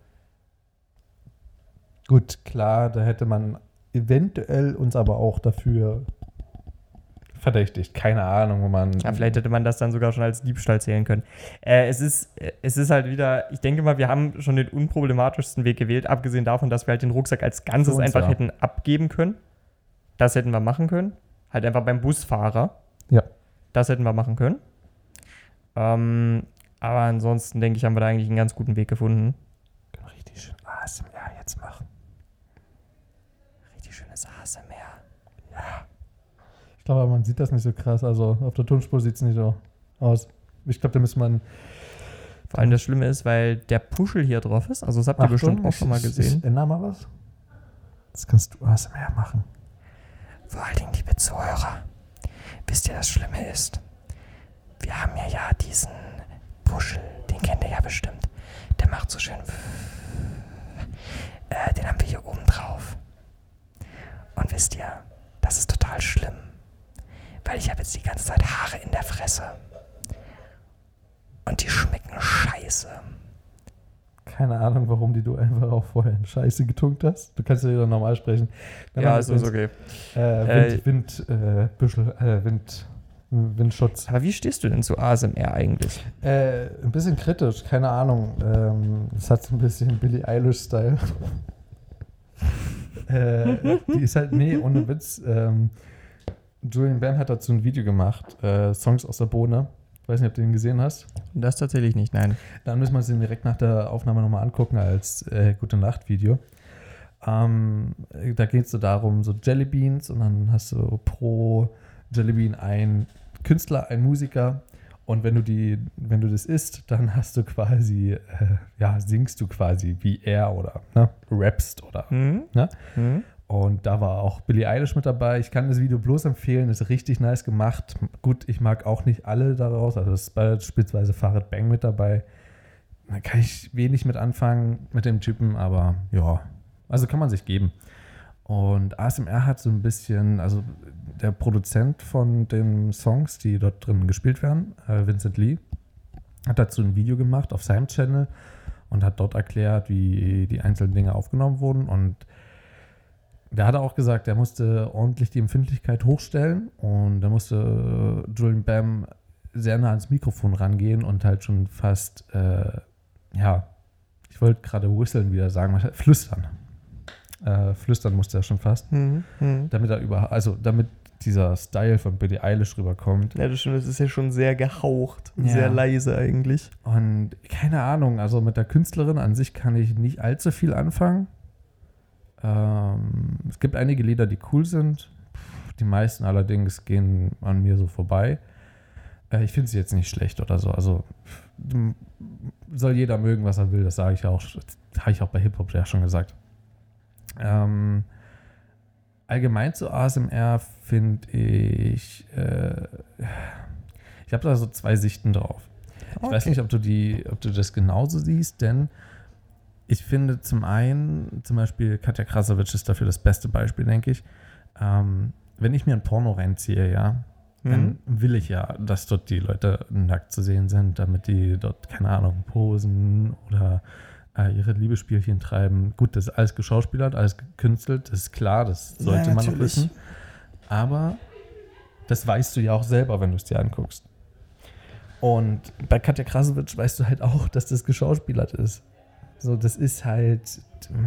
Gut, klar, da hätte man eventuell uns aber auch dafür verdächtigt. Keine Ahnung, wo man... Ja, vielleicht hätte man das dann sogar schon als Diebstahl zählen können. Äh, es ist, es ist halt wieder, ich denke mal, wir haben schon den unproblematischsten Weg gewählt, abgesehen davon, dass wir halt den Rucksack als Ganzes uns, einfach ja. hätten abgeben können. Das hätten wir machen können. Halt einfach beim Busfahrer. Ja. Das hätten wir machen können. Ähm, aber ansonsten, denke ich, haben wir da eigentlich einen ganz guten Weg gefunden. Können wir richtig schön A S M R jetzt machen. Richtig schönes A S M R. Ja. Ich glaube, man sieht das nicht so krass. Also auf der Tonspur sieht es nicht so aus. Ich glaube, da müsste man... Vor allem das Schlimme ist, weil der Puschel hier drauf ist. Also das habt ihr Achtung, bestimmt auch schon mal gesehen. Ich ändere mal was. Jetzt kannst du A S M R machen. Vor allen Dingen, liebe Zuhörer, wisst ihr, das Schlimme ist, wir haben ja ja diesen Puschel, den kennt ihr ja bestimmt. Der macht so schön... Äh, den haben wir hier oben drauf. Und wisst ihr, das ist total schlimm. Weil ich habe jetzt die ganze Zeit Haare in der Fresse. Und die schmecken scheiße. Keine Ahnung, warum die du einfach auch vorher in Scheiße getunkt hast. Du kannst ja wieder normal sprechen. Dann ja, ist okay. Äh, Wind, äh, Wind, äh, Büschel, äh, Wind, Windschutz. Aber wie stehst du denn zu A S M R eigentlich? Äh, ein bisschen kritisch, keine Ahnung. Ähm, es hat so ein bisschen Billie Eilish-Style. äh, die ist halt, nee, ohne Witz. Ähm, Julian Bam hat dazu ein Video gemacht, äh, Songs aus der Bohne. Ich weiß nicht, ob du den gesehen hast. Das tatsächlich nicht, nein. Dann müssen wir uns den direkt nach der Aufnahme nochmal angucken als äh, Gute-Nacht-Video. Ähm, da geht es so darum, so Jellybeans, und dann hast du pro Jellybean einen Künstler, einen Musiker, und wenn du die, wenn du das isst, dann hast du quasi, äh, ja, singst du quasi wie er oder ne, rappst oder mhm. ne? Mhm. Und da war auch Billie Eilish mit dabei. Ich kann das Video bloß empfehlen, ist richtig nice gemacht. Gut, ich mag auch nicht alle daraus, also es ist beispielsweise Farid Bang mit dabei. Da kann ich wenig mit anfangen mit dem Typen, aber ja, also kann man sich geben. Und A S M R hat so ein bisschen, also der Produzent von den Songs, die dort drin gespielt werden, äh, Vincent Lee, hat dazu ein Video gemacht auf seinem Channel und hat dort erklärt, wie die einzelnen Dinge aufgenommen wurden. Und der hat auch gesagt, er musste ordentlich die Empfindlichkeit hochstellen, und da musste Julian Bam sehr nah ans Mikrofon rangehen und halt schon fast, äh, ja, ich wollte gerade whistlen wieder sagen, flüstern. Äh, flüstern musste er schon fast, mhm. damit er über, also damit dieser Style von Billie Eilish rüberkommt. Ja, das stimmt, das ist ja schon sehr gehaucht, ja. sehr leise eigentlich. Und keine Ahnung, also mit der Künstlerin an sich kann ich nicht allzu viel anfangen. Ähm, es gibt einige Lieder, die cool sind. Die meisten allerdings gehen an mir so vorbei. Äh, ich finde sie jetzt nicht schlecht oder so. Also soll jeder mögen, was er will. Das sage ich auch. Habe ich auch bei Hip-Hop ja schon gesagt. Ähm, allgemein zu A S M R finde ich, äh, ich habe da so zwei Sichten drauf. Okay. Ich weiß nicht, ob du die, ob du das genauso siehst, denn ich finde zum einen, zum Beispiel Katja Krasavic ist dafür das beste Beispiel, denke ich. Ähm, wenn ich mir ein Porno reinziehe, ja, mhm. dann will ich ja, dass dort die Leute nackt zu sehen sind, damit die dort, keine Ahnung, posen oder äh, ihre Liebesspielchen treiben. Gut, das ist alles geschauspielert, alles gekünstelt, das ist klar, das sollte ja, man auch wissen. Aber das weißt du ja auch selber, wenn du es dir anguckst. Und bei Katja Krasavic weißt du halt auch, dass das geschauspielert ist. So, das ist halt,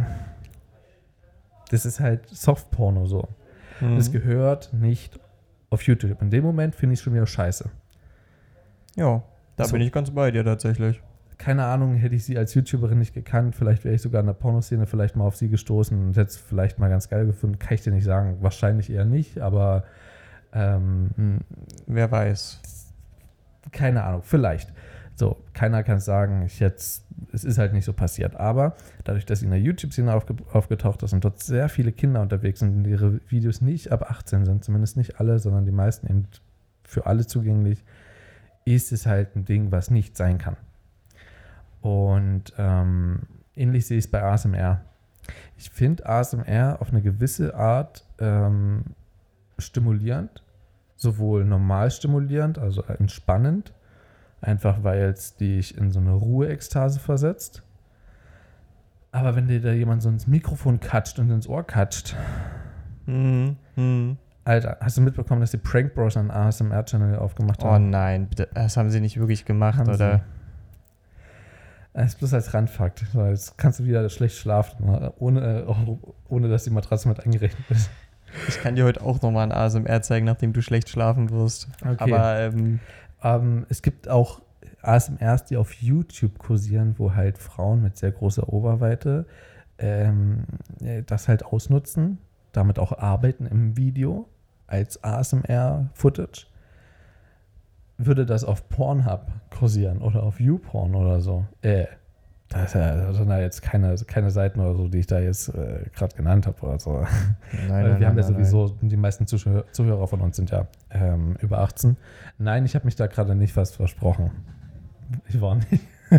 das ist halt Softporno so. Mhm. Das gehört nicht auf YouTube. In dem Moment finde ich es schon wieder scheiße. Ja, da so. Bin ich ganz bei dir tatsächlich. Keine Ahnung, hätte ich sie als YouTuberin nicht gekannt, vielleicht wäre ich sogar in der Pornoszene vielleicht mal auf sie gestoßen und hätte es vielleicht mal ganz geil gefunden. Kann ich dir nicht sagen. Wahrscheinlich eher nicht, aber ähm, wer weiß. Keine Ahnung, vielleicht. So, keiner kann sagen, ich jetzt, es ist halt nicht so passiert. Aber dadurch, dass sie in der YouTube-Szene aufge, aufgetaucht ist und dort sehr viele Kinder unterwegs sind und ihre Videos nicht ab achtzehn sind, zumindest nicht alle, sondern die meisten eben für alle zugänglich, ist es halt ein Ding, was nicht sein kann. Und ähm, ähnlich sehe ich es bei A S M R. Ich finde A S M R auf eine gewisse Art ähm, stimulierend, sowohl normal stimulierend, also entspannend, einfach weil es dich in so eine Ruheekstase versetzt. Aber wenn dir da jemand so ins Mikrofon katscht und ins Ohr katscht, mhm. Mhm. Alter, hast du mitbekommen, dass die Prank Bros einen A S M R-Channel aufgemacht oh, haben? Oh nein, bitte. Das haben sie nicht wirklich gemacht, haben oder? Sie. Das ist bloß als Randfakt, weil jetzt kannst du wieder schlecht schlafen, ohne, ohne dass die Matratze mit eingerechnet ist. Ich kann dir heute auch nochmal ein A S M R zeigen, nachdem du schlecht schlafen wirst. Okay. Aber ähm, ähm, es gibt auch A S M Rs, die auf YouTube kursieren, wo halt Frauen mit sehr großer Oberweite ähm, das halt ausnutzen, damit auch arbeiten im Video als A S M R-Footage. Würde das auf Pornhub kursieren oder auf YouPorn oder so, äh, das, ist ja, das sind ja jetzt keine, keine Seiten oder so, die ich da jetzt äh, gerade genannt habe oder so. Nein, Weil nein, wir haben nein, ja sowieso, nein. die meisten Zuschauer, Zuhörer von uns sind ja ähm, über achtzehn. Nein, ich habe mich da gerade nicht was versprochen. Ich war nicht.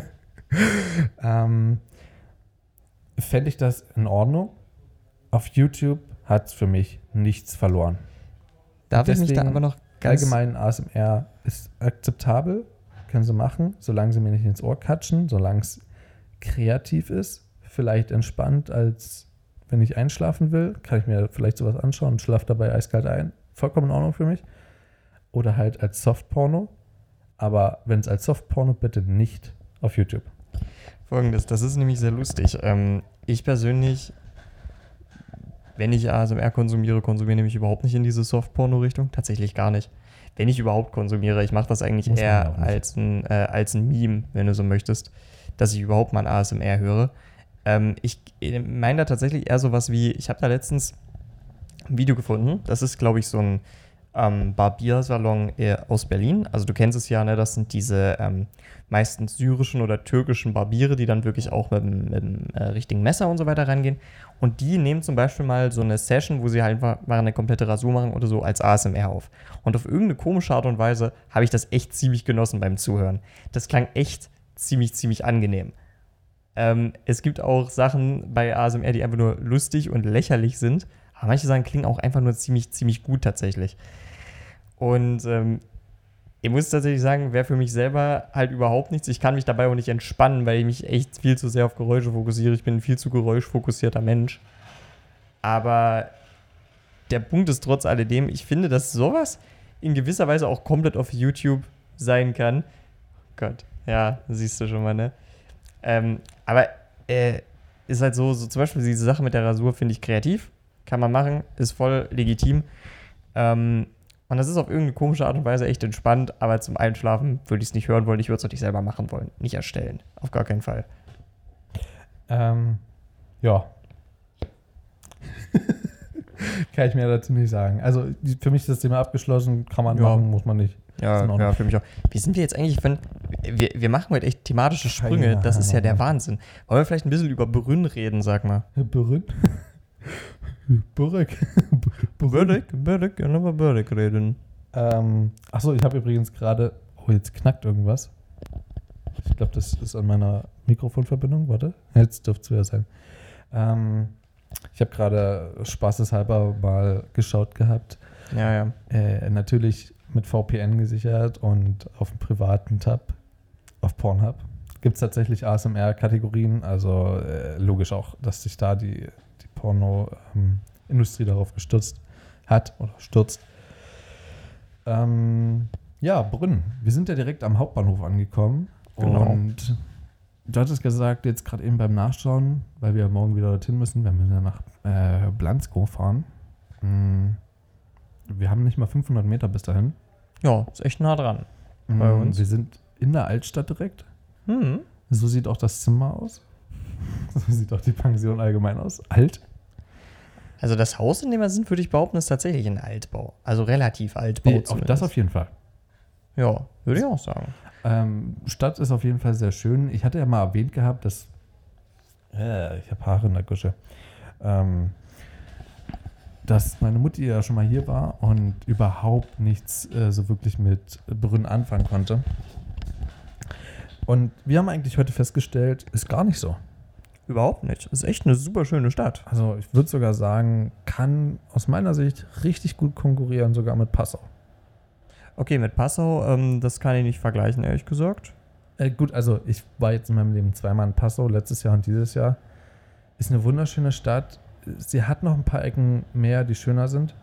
ähm, Fände ich das in Ordnung? Auf YouTube hat es für mich nichts verloren. Darf ich mich da aber noch ganz... Allgemein A S M R ist akzeptabel, können sie machen, solange sie mir nicht ins Ohr katschen, solange es kreativ ist, vielleicht entspannt, als wenn ich einschlafen will, kann ich mir vielleicht sowas anschauen und schlafe dabei eiskalt ein. Vollkommen in Ordnung für mich. Oder halt als Softporno. Aber wenn es als Softporno, bitte nicht auf YouTube. Folgendes, das ist nämlich sehr lustig. Ähm, ich persönlich, wenn ich A S M R konsumiere, konsumiere nämlich überhaupt nicht in diese Softporno-Richtung. Tatsächlich gar nicht. Wenn ich überhaupt konsumiere, ich mache das eigentlich Muss eher als ein, äh, als ein Meme, wenn du so möchtest, dass ich überhaupt mal ein A S M R höre. Ähm, ich meine da tatsächlich eher sowas wie, ich habe da letztens ein Video gefunden, das ist, glaube ich, so ein ähm, Barbiersalon äh, aus Berlin. Also du kennst es ja, ne? Das sind diese ähm, meistens syrischen oder türkischen Barbiere, die dann wirklich auch mit, mit dem äh, richtigen Messer und so weiter rangehen. Und die nehmen zum Beispiel mal so eine Session, wo sie halt mal eine komplette Rasur machen oder so als A S M R auf. Und auf irgendeine komische Art und Weise habe ich das echt ziemlich genossen beim Zuhören. Das klang echt ziemlich, ziemlich angenehm. Ähm, es gibt auch Sachen bei A S M R, die einfach nur lustig und lächerlich sind. Aber manche Sachen klingen auch einfach nur ziemlich, ziemlich gut tatsächlich. Und ähm, ich muss tatsächlich sagen, wäre für mich selber halt überhaupt nichts. Ich kann mich dabei auch nicht entspannen, weil ich mich echt viel zu sehr auf Geräusche fokussiere. Ich bin ein viel zu geräuschfokussierter Mensch. Aber der Punkt ist trotz alledem, ich finde, dass sowas in gewisser Weise auch komplett auf YouTube sein kann. Oh Gott, ja, siehst du schon mal, ne? Ähm, aber äh, ist halt so, so, zum Beispiel diese Sache mit der Rasur finde ich kreativ. Kann man machen, ist voll legitim. Ähm, und das ist auf irgendeine komische Art und Weise echt entspannt, aber zum Einschlafen würde ich es nicht hören wollen, ich würde es auch nicht selber machen wollen. Nicht erstellen, auf gar keinen Fall. Ähm, ja. Kann ich mir dazu nicht sagen. Also die, für mich ist das Thema abgeschlossen, kann man Ja. machen, muss man nicht. Ja, Ist in Ordnung. ja, für mich auch. Wie sind wir jetzt eigentlich, wenn wir, wir machen heute echt thematische Sprünge, Keine das ist ja der Ahnung. Wahnsinn. Wollen wir vielleicht ein bisschen über Brünn reden, sag mal. Brünn? Burek. Bördig, Bördig, ja, über Bördig reden. Ähm, achso, ich habe übrigens gerade. Oh, jetzt knackt irgendwas. Ich glaube, das ist an meiner Mikrofonverbindung. Warte, jetzt dürfte es wieder sein. Ähm, ich habe gerade spaßeshalber mal geschaut gehabt. Ja, ja. Äh, natürlich mit V P N gesichert und auf dem privaten Tab auf Pornhub. Gibt es tatsächlich A S M R-Kategorien, also äh, logisch auch, dass sich da die, die Porno-Industrie ähm, darauf gestürzt hat oder stürzt. Ähm, ja, Brünn. Wir sind ja direkt am Hauptbahnhof angekommen. Genau. Und du hattest gesagt, jetzt gerade eben beim Nachschauen, weil wir morgen wieder dorthin müssen, wir müssen ja nach äh, Blansko fahren. Mm, Wir haben nicht mal fünfhundert Meter bis dahin. Ja, ist echt nah dran. Mm, Bei uns. Wir sind in der Altstadt direkt. Hm. So sieht auch das Zimmer aus. So sieht auch die Pension allgemein aus. Alt. Also das Haus, in dem wir sind, würde ich behaupten, ist tatsächlich ein Altbau. Also relativ Altbau Nee, auch zumindest. das auf jeden Fall. Ja, würde ich auch sagen. Ähm, Stadt ist auf jeden Fall sehr schön. Ich hatte ja mal erwähnt gehabt, dass äh, ich habe Haare in der Gusche. Ähm, dass meine Mutti ja schon mal hier war und überhaupt nichts äh, so wirklich mit Brünn anfangen konnte. Und wir haben eigentlich heute festgestellt, ist gar nicht so. Überhaupt nicht. Ist echt eine super schöne Stadt. Also ich würde sogar sagen, kann aus meiner Sicht richtig gut konkurrieren, sogar mit Passau. Okay, mit Passau, ähm, das kann ich nicht vergleichen, ehrlich gesagt. Äh, gut, also ich war jetzt in meinem Leben zweimal in Passau, letztes Jahr und dieses Jahr. Ist eine wunderschöne Stadt. Sie hat noch ein paar Ecken mehr, die schöner sind.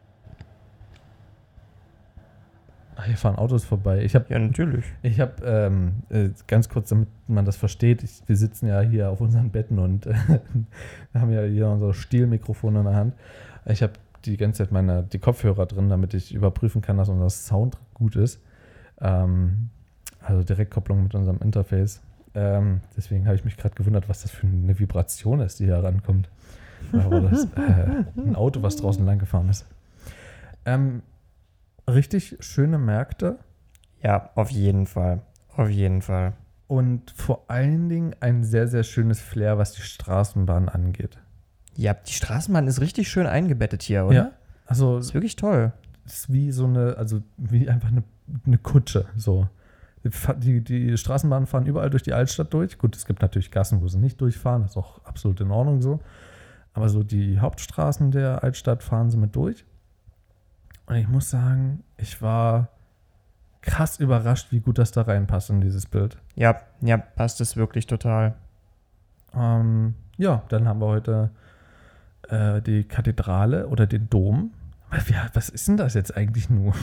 Ach, hier fahren Autos vorbei. Ich habe, Ja, natürlich. ich habe ähm, äh, ganz kurz, damit man das versteht, ich, wir sitzen ja hier auf unseren Betten und äh, haben ja hier unser Stielmikrofon in der Hand. Ich habe die ganze Zeit meine, die Kopfhörer drin, damit ich überprüfen kann, dass unser Sound gut ist. Ähm, also Direktkopplung mit unserem Interface. Ähm, deswegen habe ich mich gerade gewundert, was das für eine Vibration ist, die hier rankommt. Aber das äh, ein Auto, was draußen lang gefahren ist. Ähm, richtig schöne Märkte Ja, auf jeden Fall. Auf jeden Fall. und vor allen Dingen ein sehr, sehr schönes Flair, was die Straßenbahn angeht. Ja, die Straßenbahn ist richtig schön eingebettet hier, oder? Also Ist wirklich toll. es ist wie so eine, also wie einfach eine, eine Kutsche. So. Die, die Straßenbahnen fahren überall durch die Altstadt durch. Gut, es gibt natürlich Gassen, wo sie nicht durchfahren, das ist auch absolut in Ordnung so. Aber so die Hauptstraßen der Altstadt fahren sie mit durch. Und ich muss sagen, ich war krass überrascht, wie gut das da reinpasst in dieses Bild. Ja, ja, passt es wirklich total. Ähm, ja, dann haben wir heute äh, die Kathedrale oder den Dom. Aber wie, was ist denn das jetzt eigentlich nur?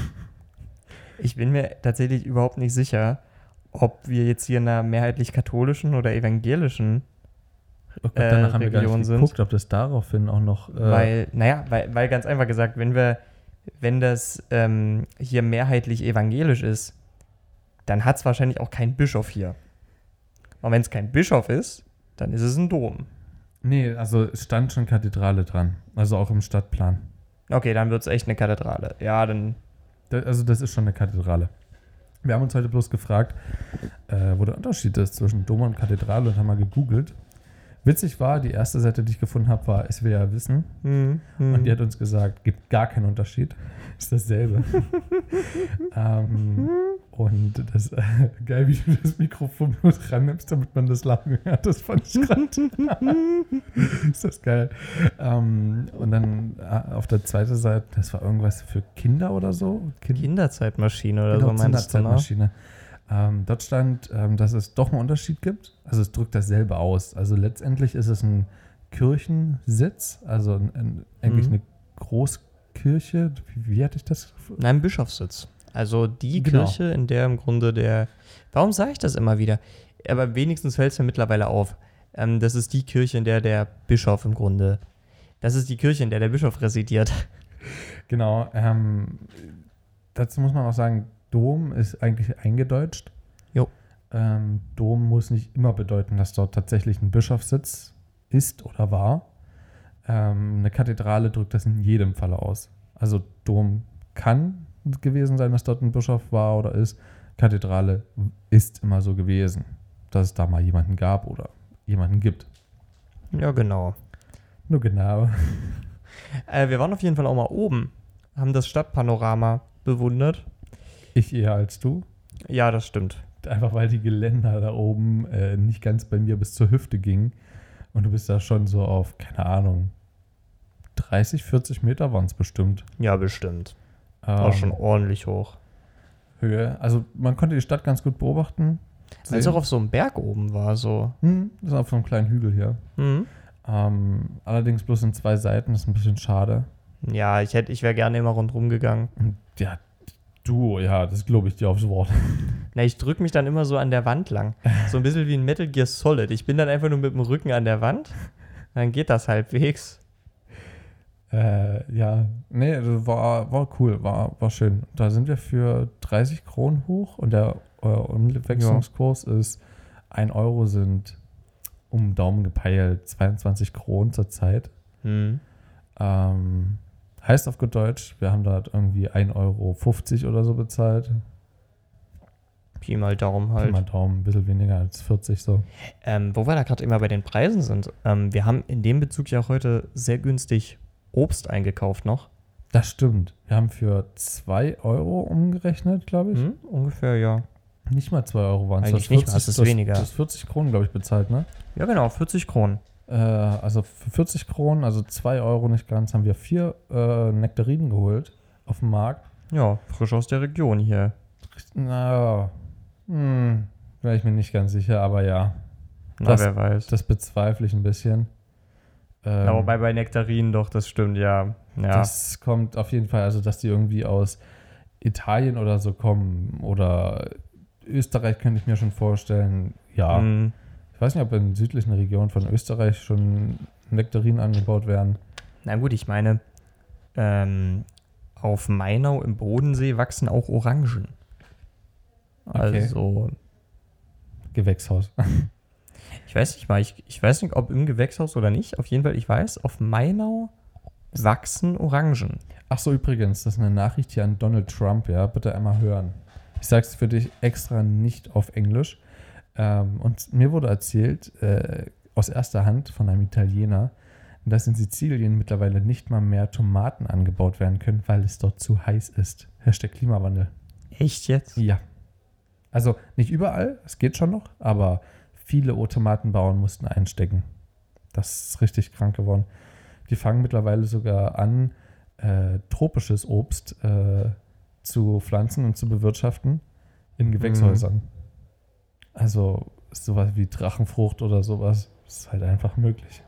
Ich bin mir tatsächlich überhaupt nicht sicher, ob wir jetzt hier in einer mehrheitlich katholischen oder evangelischen, Oh Gott, Äh, danach haben wir gar Region nicht sind. geguckt, ob das daraufhin auch noch... Äh, weil, naja, weil, weil ganz einfach gesagt, wenn wir, wenn das ähm, hier mehrheitlich evangelisch ist, dann hat es wahrscheinlich auch keinen Bischof hier. Und wenn es kein Bischof ist, dann ist es ein Dom. nee, also es stand schon Kathedrale dran. Also auch im Stadtplan. Okay, dann wird es echt eine Kathedrale. Ja, dann. Da, also das ist schon eine Kathedrale. Wir haben uns heute bloß gefragt, äh, wo der Unterschied ist zwischen Dom und Kathedrale und haben mal gegoogelt. Witzig war, die erste Seite, die ich gefunden habe, war Es will ja wissen. Hm, hm. Und die hat uns gesagt, gibt gar keinen Unterschied. Ist dasselbe. ähm, und das äh, geil, wie du das Mikrofon nur dran nimmst, damit man das Lachen hört. Das fand ich gerade. Ist das geil. Ähm, und dann äh, auf der zweiten Seite, das war irgendwas für Kinder oder so. Kind Kinderzeitmaschine oder genau, so meinst du, ne? Kinderzeitmaschine. Ähm, dort stand, ähm, dass es doch einen Unterschied gibt. Also es drückt dasselbe aus. Also letztendlich ist es ein Kirchensitz, also ein, ein, eigentlich Mhm. eine Großkirche. Wie, wie hatte ich das? Nein, Bischofssitz. Also die Genau. Kirche, in der im Grunde der. Warum sage ich das immer wieder? Aber wenigstens fällt es mir mittlerweile auf. Ähm, das ist die Kirche, in der der Bischof im Grunde. Das ist die Kirche, in der der Bischof residiert. Genau. Ähm, dazu muss man auch sagen, Dom ist eigentlich eingedeutscht. Jo. Ähm, Dom muss nicht immer bedeuten, dass dort tatsächlich ein Bischofssitz ist oder war. Ähm, eine Kathedrale drückt das in jedem Falle aus. Also Dom kann gewesen sein, dass dort ein Bischof war oder ist. Kathedrale ist immer so gewesen, dass es da mal jemanden gab oder jemanden gibt. Ja, genau. Nur genau. Äh, wir waren auf jeden Fall auch mal oben, haben das Stadtpanorama bewundert. Ich eher als du. Ja, das stimmt. Einfach weil die Geländer da oben äh, nicht ganz bei mir bis zur Hüfte gingen. Und du bist da schon so auf, keine Ahnung, dreißig, vierzig Meter waren es bestimmt. Ja, bestimmt. Ähm, War schon ordentlich hoch. Höhe. Also man konnte die Stadt ganz gut beobachten. Weil es auch auf so einem Berg oben war, so. Hm, das ist auf so einem kleinen Hügel hier. Mhm. Ähm, allerdings bloß in zwei Seiten, das ist ein bisschen schade. Ja, ich hätte, ich wäre gerne immer rundherum gegangen. Und ja, du, ja, das glaube ich dir aufs Wort. Na, ich drücke mich dann immer so an der Wand lang. So ein bisschen wie ein Metal Gear Solid. Ich bin dann einfach nur mit dem Rücken an der Wand. Dann geht das halbwegs. Äh, ja, nee, das war, war cool, war, war schön. Da sind wir für dreißig Kronen hoch und der äh, Umwechslungskurs ja. ist ein Euro sind um den Daumen gepeilt zweiundzwanzig Kronen zur Zeit. Hm. Ähm, heißt auf gut Deutsch, wir haben da irgendwie ein Euro fünfzig oder so bezahlt. Pi mal Daumen Pi halt. mal Daumen, ein bisschen weniger als vierzig so. Ähm, wo wir da gerade immer bei den Preisen sind. Ähm, wir haben in dem Bezug ja auch heute sehr günstig Obst eingekauft noch. Das stimmt. Wir haben für zwei Euro umgerechnet, glaube ich. Hm, ungefähr, ja. Nicht mal zwei Euro waren es. Eigentlich nicht mal, es ist weniger. Du hast vierzig Kronen, glaube ich, bezahlt, ne? Ja, genau, vierzig Kronen. Äh, also für vierzig Kronen, also zwei Euro nicht ganz, haben wir vier äh, Nektarinen geholt auf dem Markt. Ja, frisch aus der Region hier. Na, hm, wäre ich mir nicht ganz sicher, aber ja. Na, das, wer weiß. Das bezweifle ich ein bisschen. Ähm, Ja, wobei bei Nektarinen doch, das stimmt, ja. ja. Das kommt auf jeden Fall, also dass die irgendwie aus Italien oder so kommen oder Österreich könnte ich mir schon vorstellen. Ja, Mhm. ich weiß nicht, ob in südlichen Regionen von Österreich schon Nektarinen angebaut werden. Na gut, ich meine, ähm, auf Mainau im Bodensee wachsen auch Orangen. Okay. Also, Gewächshaus. ich weiß nicht mal, ich, ich weiß nicht, ob im Gewächshaus oder nicht. Auf jeden Fall, ich weiß, auf Mainau wachsen Orangen. Ach so, übrigens, das ist eine Nachricht hier an Donald Trump, ja, bitte einmal hören. Ich sag's für dich extra nicht auf Englisch. Ähm, und mir wurde erzählt, äh, aus erster Hand von einem Italiener, dass in Sizilien mittlerweile nicht mal mehr Tomaten angebaut werden können, weil es dort zu heiß ist. Hashtag Klimawandel. Echt jetzt? Ja. Also nicht überall, es geht schon noch, aber viele Tomatenbauern mussten einstecken. Das ist richtig krank geworden. Die fangen mittlerweile sogar an, äh, tropisches Obst äh, zu pflanzen und zu bewirtschaften in Gewächshäusern. Mhm. Also sowas wie Drachenfrucht oder sowas ist halt einfach möglich.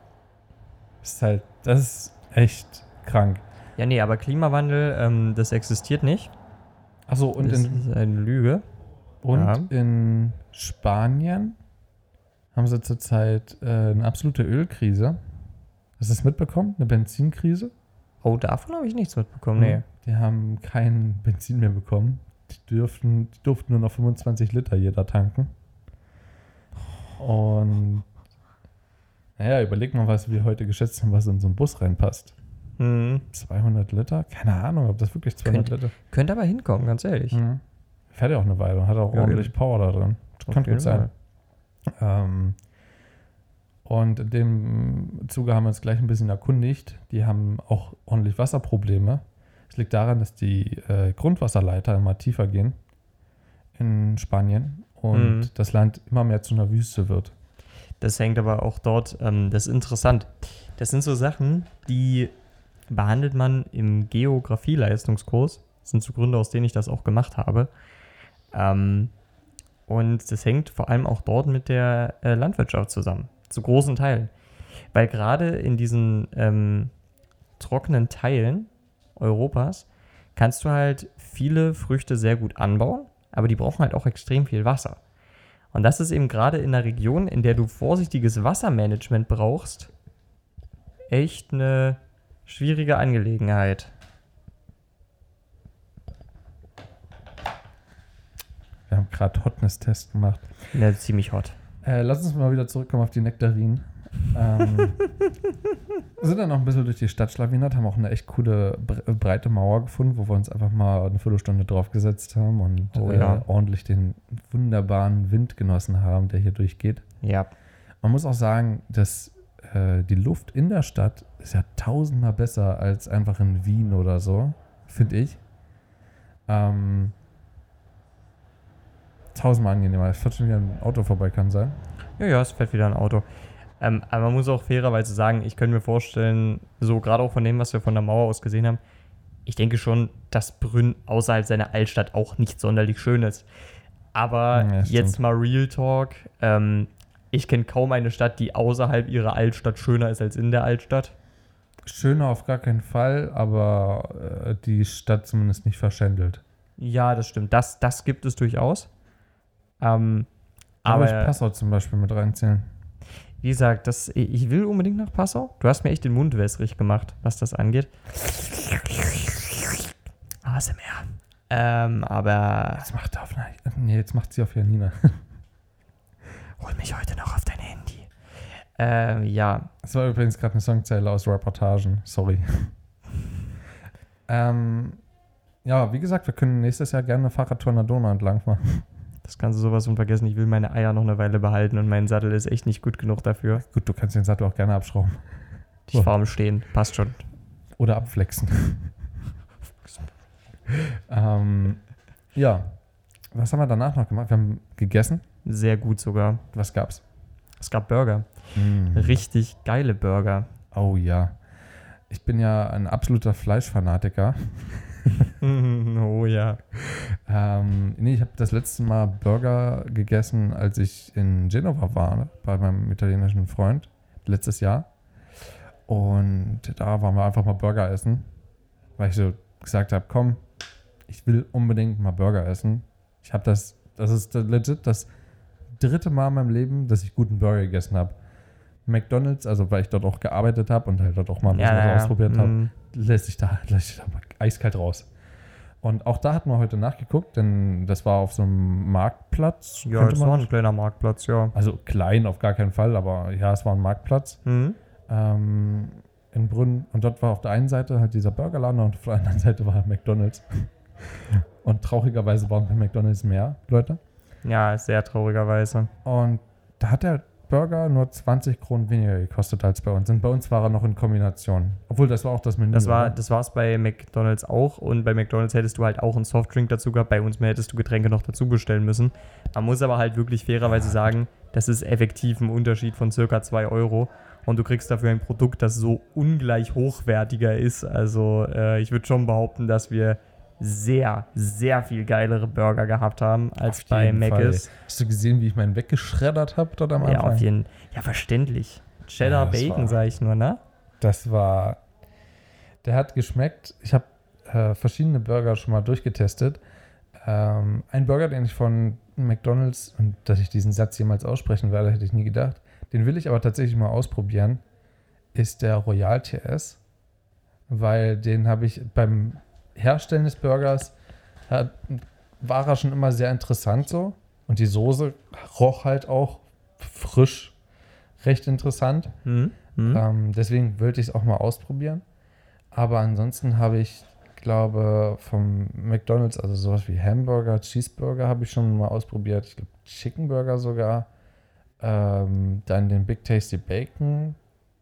Ist halt, das ist echt krank. Ja, nee, aber Klimawandel, ähm, das existiert nicht. Achso, und das in, ist eine Lüge. Und ja. in Spanien haben sie zurzeit äh, eine absolute Ölkrise. Hast du das mitbekommen? Eine Benzinkrise? Oh, davon habe ich nichts mitbekommen, nee. Die haben kein Benzin mehr bekommen. Die, dürften, die durften nur noch fünfundzwanzig Liter jeder tanken. Und naja, überleg mal, was wir heute geschätzt haben, was in so einen Bus reinpasst. Hm. zweihundert Liter? Keine Ahnung, ob das wirklich zweihundert Könnt, Liter... Könnte aber hinkommen, ganz ehrlich. Mhm. Fährt ja auch eine Weile und hat auch ja, ordentlich eben. Power da drin. Das kann gut sein. Ähm, und in dem Zuge haben wir uns gleich ein bisschen erkundigt. Die haben auch ordentlich Wasserprobleme. Es liegt daran, dass die äh, Grundwasserleiter immer tiefer gehen in Spanien und mhm. das Land immer mehr zu einer Wüste wird. Das hängt aber auch dort, ähm, das ist interessant. Das sind so Sachen, die behandelt man im Geografieleistungskurs. Das sind so Gründe, aus denen ich das auch gemacht habe. Ähm, und das hängt vor allem auch dort mit der äh, Landwirtschaft zusammen. Zu großen Teilen. Weil gerade in diesen ähm, trockenen Teilen Europas kannst du halt viele Früchte sehr gut anbauen, aber die brauchen halt auch extrem viel Wasser. Und das ist eben gerade in einer Region, in der du vorsichtiges Wassermanagement brauchst, echt eine schwierige Angelegenheit. Wir haben gerade Hotness-Test gemacht. Ja, ziemlich hot. Äh, lass uns mal wieder zurückkommen auf die Nektarinen. ähm, sind dann noch ein bisschen durch die Stadt schlawinert, haben auch eine echt coole, bre- breite Mauer gefunden, wo wir uns einfach mal eine Viertelstunde draufgesetzt haben und Oh, äh, ja. ordentlich den wunderbaren Wind genossen haben, der hier durchgeht. Ja. Man muss auch sagen, dass äh, die Luft in der Stadt ist ja tausendmal besser als einfach in Wien oder so, finde ich. Ähm, tausendmal angenehmer. Es fährt schon wieder ein Auto vorbei, kann sein. Ja, ja, es fährt wieder ein Auto. Ähm, aber man muss auch fairerweise sagen, ich könnte mir vorstellen, so gerade auch von dem, was wir von der Mauer aus gesehen haben, ich denke schon, dass Brünn außerhalb seiner Altstadt auch nicht sonderlich schön ist. Aber Ja, stimmt. jetzt mal Real Talk. Ähm, ich kenne kaum eine Stadt, die außerhalb ihrer Altstadt schöner ist als in der Altstadt. Schöner auf gar keinen Fall, aber äh, die Stadt zumindest nicht verschändelt. Ja, das stimmt. Das, das gibt es durchaus. Ähm, Aber aber ich Passau zum Beispiel mit reinzählen. wie gesagt, das, ich will unbedingt nach Passau. Du hast mir echt den Mund wässrig gemacht, was das angeht. A S M R. Ähm, aber Jetzt macht er auf, nee, jetzt macht sie auf Janina. hol mich heute noch auf dein Handy. Ähm, ja. Das war übrigens gerade eine Songzeile aus Reportagen. Sorry. ähm, ja, wie gesagt, wir können nächstes Jahr gerne eine Fahrradtour an der Donau entlang machen. Das kannst du sowas von vergessen. Ich will meine Eier noch eine Weile behalten und mein Sattel ist echt nicht gut genug dafür. Gut, du kannst den Sattel auch gerne abschrauben. Ich Oh. fahre am Stehen. Passt schon. Oder abflexen. ähm, ja. Was haben wir danach noch gemacht? Wir haben gegessen. Sehr gut sogar. Was gab's? Es gab Burger. Mm. Richtig geile Burger. Oh ja. Ich bin ja ein absoluter Fleischfanatiker. Oh ja. Ähm, nee, ich habe das letzte Mal Burger gegessen, als ich in Genova war, bei meinem italienischen Freund, letztes Jahr. Und da waren wir einfach mal Burger essen, weil ich so gesagt habe, komm, ich will unbedingt mal Burger essen. Ich habe das, das ist legit das dritte Mal in meinem Leben, dass ich guten Burger gegessen habe. McDonald's, also weil ich dort auch gearbeitet habe und halt dort auch mal ein bisschen was ausprobiert habe, mm. lässt sich da, lässt sich da mal eiskalt raus. Und auch da hatten wir heute nachgeguckt, denn das war auf so einem Marktplatz. Ja, könnte das man- war ein kleiner Marktplatz, ja. Also klein auf gar keinen Fall, aber ja, es war ein Marktplatz Mhm. ähm, in Brünn. Und dort war auf der einen Seite halt dieser Burgerladen und auf der anderen Seite war McDonald's. Und traurigerweise waren bei McDonald's mehr Leute. Ja, sehr traurigerweise. Und da hat der Burger nur zwanzig Kronen weniger gekostet als bei uns. Und bei uns war er noch in Kombination. Obwohl, das war auch das Menü. Das war oder? das war's bei McDonald's auch und bei McDonald's hättest du halt auch einen Softdrink dazu gehabt, bei uns mehr hättest du Getränke noch dazu bestellen müssen. Man muss aber halt wirklich fairerweise sagen, das ist effektiv ein Unterschied von circa zwei Euro und du kriegst dafür ein Produkt, das so ungleich hochwertiger ist. Also äh, ich würde schon behaupten, dass wir sehr, sehr viel geilere Burger gehabt haben als Auf bei jeden Fall. Mc's. Hast du gesehen, wie ich meinen weggeschreddert habe dort am Ja, Anfang? auf jeden Ja, verständlich. Cheddar Ja, das Bacon, war- sag ich nur, ne? Das war, der hat geschmeckt. Ich habe äh, verschiedene Burger schon mal durchgetestet. Ähm, ein Burger, den ich von McDonald's, und dass ich diesen Satz jemals aussprechen werde, hätte ich nie gedacht. Den will ich aber tatsächlich mal ausprobieren, ist der Royal T S. Weil den habe ich beim Herstellen des Burgers, hat, war er schon immer sehr interessant so. Und die Soße roch halt auch frisch, recht interessant. Mhm. Mhm. Ähm, deswegen wollte ich es auch mal ausprobieren. Aber ansonsten habe ich, glaube, vom McDonald's, also sowas wie Hamburger, Cheeseburger habe ich schon mal ausprobiert. Ich glaube, Chicken Burger sogar. Ähm, dann den Big Tasty Bacon.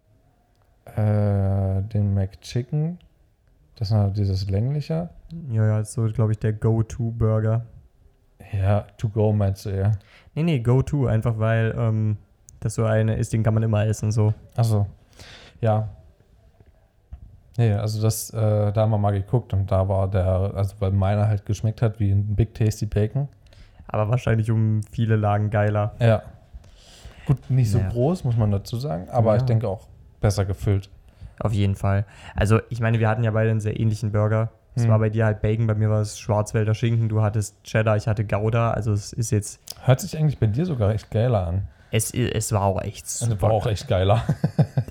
Äh, den McChicken. Das war dieses längliche. Ja, ja, ist so, glaube ich, der Go-To-Burger. Ja, to go meinst du eher. Nee, nee, Go-To, einfach weil ähm, das so eine ist, den kann man immer essen, so. Achso. Ja. Nee, also das, äh, da haben wir mal geguckt und da war der, also weil meiner halt geschmeckt hat wie ein Big Tasty Bacon. Aber wahrscheinlich um viele Lagen geiler. Ja. Gut, nicht so Ja. groß, muss man dazu sagen, aber Ja. ich denke auch besser gefüllt. Auf jeden Fall. Also, ich meine, wir hatten ja beide einen sehr ähnlichen Burger. Es Hm. war bei dir halt Bacon, bei mir war es Schwarzwälder Schinken, du hattest Cheddar, ich hatte Gouda. Also, es ist jetzt, Hört sich eigentlich bei dir sogar echt geiler an. es, es war auch echt Also super. war auch echt geiler.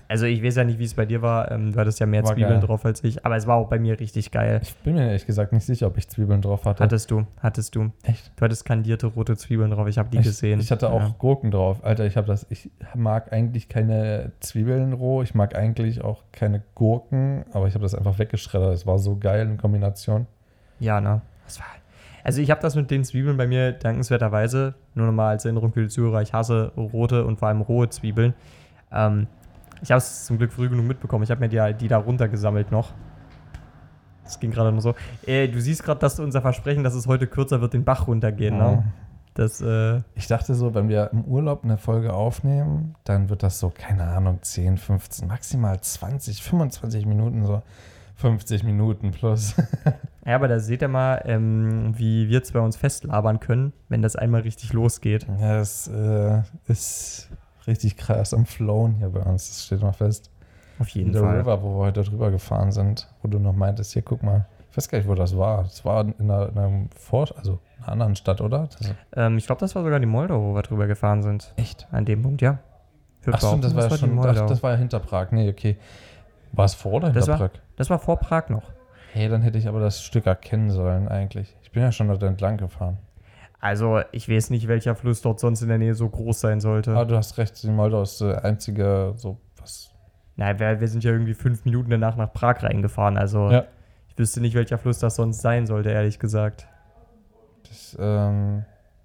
Also ich weiß ja nicht, wie es bei dir war. Ähm, du hattest ja mehr War Zwiebeln geil. drauf als ich. Aber es war auch bei mir richtig geil. Ich bin mir ehrlich gesagt nicht sicher, ob ich Zwiebeln drauf hatte. Hattest du, hattest du. Echt? Du hattest kandierte rote Zwiebeln drauf. Ich habe die Ich, gesehen. ich hatte auch Ja. Gurken drauf. Alter, ich habe das. Ich mag eigentlich keine Zwiebeln roh. Ich mag eigentlich auch keine Gurken, aber ich habe das einfach weggeschreddert. Es war so geil in Kombination. Ja, ne? Das war, also ich habe das mit den Zwiebeln bei mir dankenswerterweise, nur nochmal als Erinnerung für die Zuhörer, ich hasse rote und vor allem rohe Zwiebeln. Ähm, ich habe es zum Glück früh genug mitbekommen. Ich habe mir die, die da runtergesammelt noch. Das ging gerade nur so. Äh, du siehst gerade, dass du unser Versprechen, dass es heute kürzer wird, den Bach runtergehen, Ja. ne? Das, äh, Ich dachte so, wenn wir im Urlaub eine Folge aufnehmen, dann wird das so, keine Ahnung, zehn, fünfzehn, maximal zwanzig, fünfundzwanzig Minuten, so fünfzig Minuten plus. ja, aber da seht ihr mal, ähm, wie wir zwei uns festlabern können, wenn das einmal richtig losgeht. Ja, das äh, ist richtig krass am Flown hier bei uns. Das steht mal fest. Auf jeden Der Fall. River, wo wir heute drüber gefahren sind, wo du noch meintest, hier, guck mal. Ich weiß gar nicht, wo das war. Das war in einer, in einem Vor- also in einer anderen Stadt, oder? Das Ähm, ich glaube, das war sogar die Moldau, wo wir drüber gefahren sind. echt? An dem Punkt, ja. Ich würd Ach stimmt, das behaupten, war ja die schon, Moldau. ach, das war ja hinter Prag. Nee, okay. War es vor oder hinter Das war- Prag? Das war vor Prag noch. Hey, dann hätte ich aber das Stück erkennen sollen eigentlich. Ich bin ja schon dort entlang gefahren. Also, ich weiß nicht, welcher Fluss dort sonst in der Nähe so groß sein sollte. Aber du hast recht, die Moldau ist der einzige, so was. Nein, wir, wir sind ja irgendwie fünf Minuten danach nach Prag reingefahren. Also, Ja. ich wüsste nicht, welcher Fluss das sonst sein sollte, ehrlich gesagt. Das, ähm.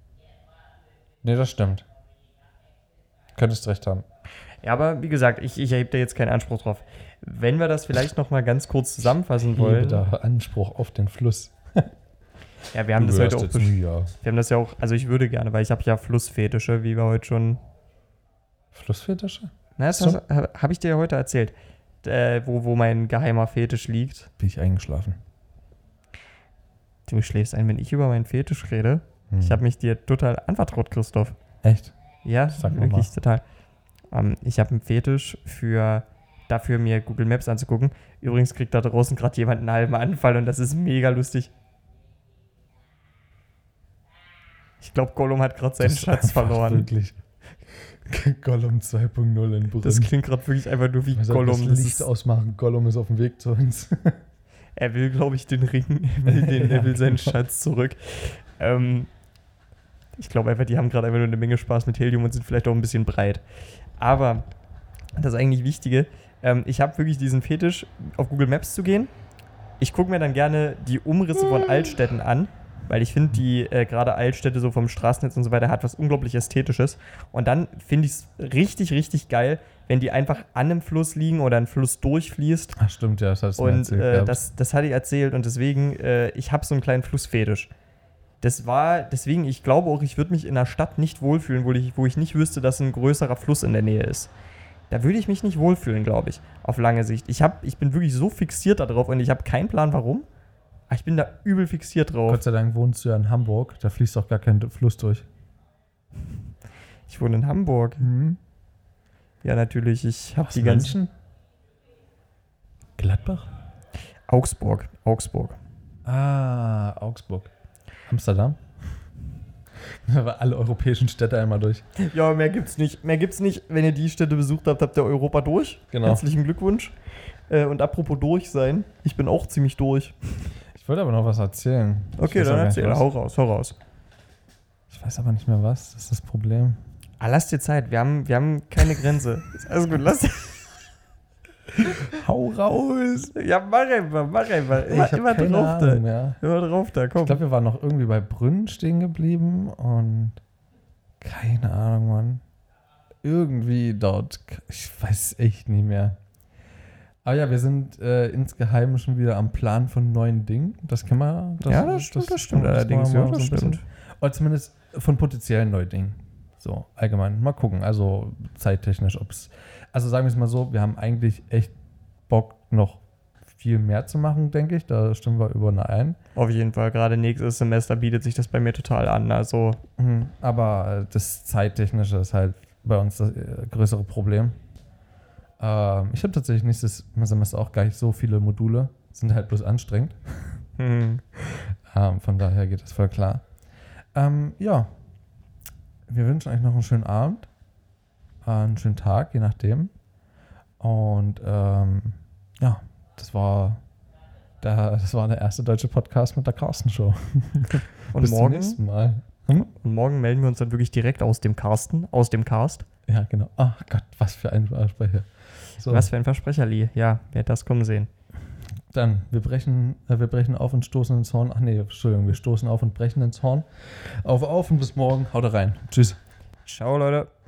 Nee, das stimmt. Könntest recht haben. Ja, aber wie gesagt, ich, ich erhebe da jetzt keinen Anspruch drauf. Wenn wir das vielleicht noch mal ganz kurz zusammenfassen Hebe wollen. da Anspruch auf den Fluss. Ja, wir haben Du das heute hörst auch jetzt besch- nie, ja. Wir haben das ja auch, also ich würde gerne, weil ich habe ja Flussfetische, wie wir heute schon. Flussfetische? Na, das So. habe hab ich dir ja heute erzählt, äh, wo, wo mein geheimer Fetisch liegt. Bin ich eingeschlafen. Du schläfst ein, wenn ich über meinen Fetisch rede. Hm. Ich habe mich dir total anvertraut, Christoph. Echt? Ja, Sag noch wirklich total. Ähm, ich habe einen Fetisch für dafür, mir Google Maps anzugucken. Übrigens kriegt da draußen gerade jemand einen halben Anfall und das ist mega lustig. Ich glaube, Gollum hat gerade seinen Das ist Schatz einfach verloren. Wirklich. Gollum zwei Punkt null in Brünn. Das klingt gerade wirklich einfach nur wie Wir sollten Gollum. das Das Licht ist, ausmachen. Gollum ist auf dem Weg zu uns. er will, glaube ich, den Ring. Er will, den, er will Ja, seinen genau. Schatz zurück. Ähm, ich glaube einfach, die haben gerade einfach nur eine Menge Spaß mit Helium und sind vielleicht auch ein bisschen breit. Aber das eigentlich Wichtige, ähm, ich habe wirklich diesen Fetisch, auf Google Maps zu gehen. Ich gucke mir dann gerne die Umrisse von Altstädten an, weil ich finde, die äh, gerade Altstädte so vom Straßennetz und so weiter hat was unglaublich Ästhetisches. Und dann finde ich es richtig, richtig geil, wenn die einfach an einem Fluss liegen oder ein Fluss durchfließt. Ach stimmt, ja, das hast du mir Und erzählt äh, gehabt. das, das hatte ich erzählt und deswegen, äh, ich habe so einen kleinen Flussfetisch. Das war, deswegen, ich glaube auch, ich würde mich in einer Stadt nicht wohlfühlen, wo ich, wo ich nicht wüsste, dass ein größerer Fluss in der Nähe ist. Da würde ich mich nicht wohlfühlen, glaube ich, auf lange Sicht. Ich, hab, ich bin wirklich so fixiert darauf und ich habe keinen Plan, warum. Aber ich bin da übel fixiert drauf. Gott sei Dank wohnst du ja in Hamburg. Da fließt auch gar kein Fluss durch. Ich wohne in Hamburg. Ja, natürlich, ich habe Was, die ganzen... München? Gladbach? Augsburg, Augsburg. Ah, Augsburg. Amsterdam? Aber alle europäischen Städte einmal durch. Ja, mehr gibt's nicht. Mehr gibt's nicht. Wenn ihr die Städte besucht habt, habt ihr Europa durch. Genau. Herzlichen Glückwunsch. Äh, und apropos durch sein, ich bin auch ziemlich durch. Ich wollte aber noch was erzählen. Ich Okay, weiß dann auch gar nicht, erzähl. was. Hau raus, hau raus. Ich weiß aber nicht mehr was. Das ist das Problem. Ah, lass dir Zeit. Wir haben, wir haben keine Grenze. Ist alles gut, lass dir. Hau raus! Ja, mach einfach, mach einfach. Ich Immer, hab immer keine drauf da. Ahnung mehr. Immer drauf da, komm. Ich glaube, wir waren noch irgendwie bei Brünn stehen geblieben und keine Ahnung, Mann. Irgendwie dort. Ich weiß echt nicht mehr. Aber ja, wir sind äh, insgeheim schon wieder am Plan von neuen Dingen. Das kann man. Ja, das stimmt, das stimmt das allerdings, wollen wir ja, mal das so ein bisschen- stimmt. Oder zumindest von potenziellen neuen Dingen. So, allgemein. Mal gucken. Also zeittechnisch, ob es. Also sagen wir es mal so, wir haben eigentlich echt Bock, noch viel mehr zu machen, denke ich. Da stimmen wir überein. Auf jeden Fall, gerade nächstes Semester bietet sich das bei mir total an. Also, Mhm. Aber das Zeittechnische ist halt bei uns das äh, größere Problem. Ähm, ich habe tatsächlich nächstes Semester auch gar nicht so viele Module. Sind halt bloß anstrengend. hm. Ähm, von daher geht das voll klar. Ähm, ja. Wir wünschen euch noch einen schönen Abend. Äh, einen schönen Tag, je nachdem. Und ähm, ja, das war, der, das war der erste deutsche Podcast mit der Carsten-Show. Und Bis zum morgen, nächsten Mal. Hm? und morgen melden wir uns dann wirklich direkt aus dem Carsten, aus dem Cast. Ja, genau. Ach Gott, was für ein Versprecher. So, Was für ein Versprecherli. Ja, wer hat das kommen sehen? dann, wir brechen, äh, wir brechen auf und stoßen ins Horn. Ach nee, Entschuldigung, wir stoßen auf und brechen ins Horn. Auf, auf und bis morgen. Haut rein. Tschüss. Ciao, Leute.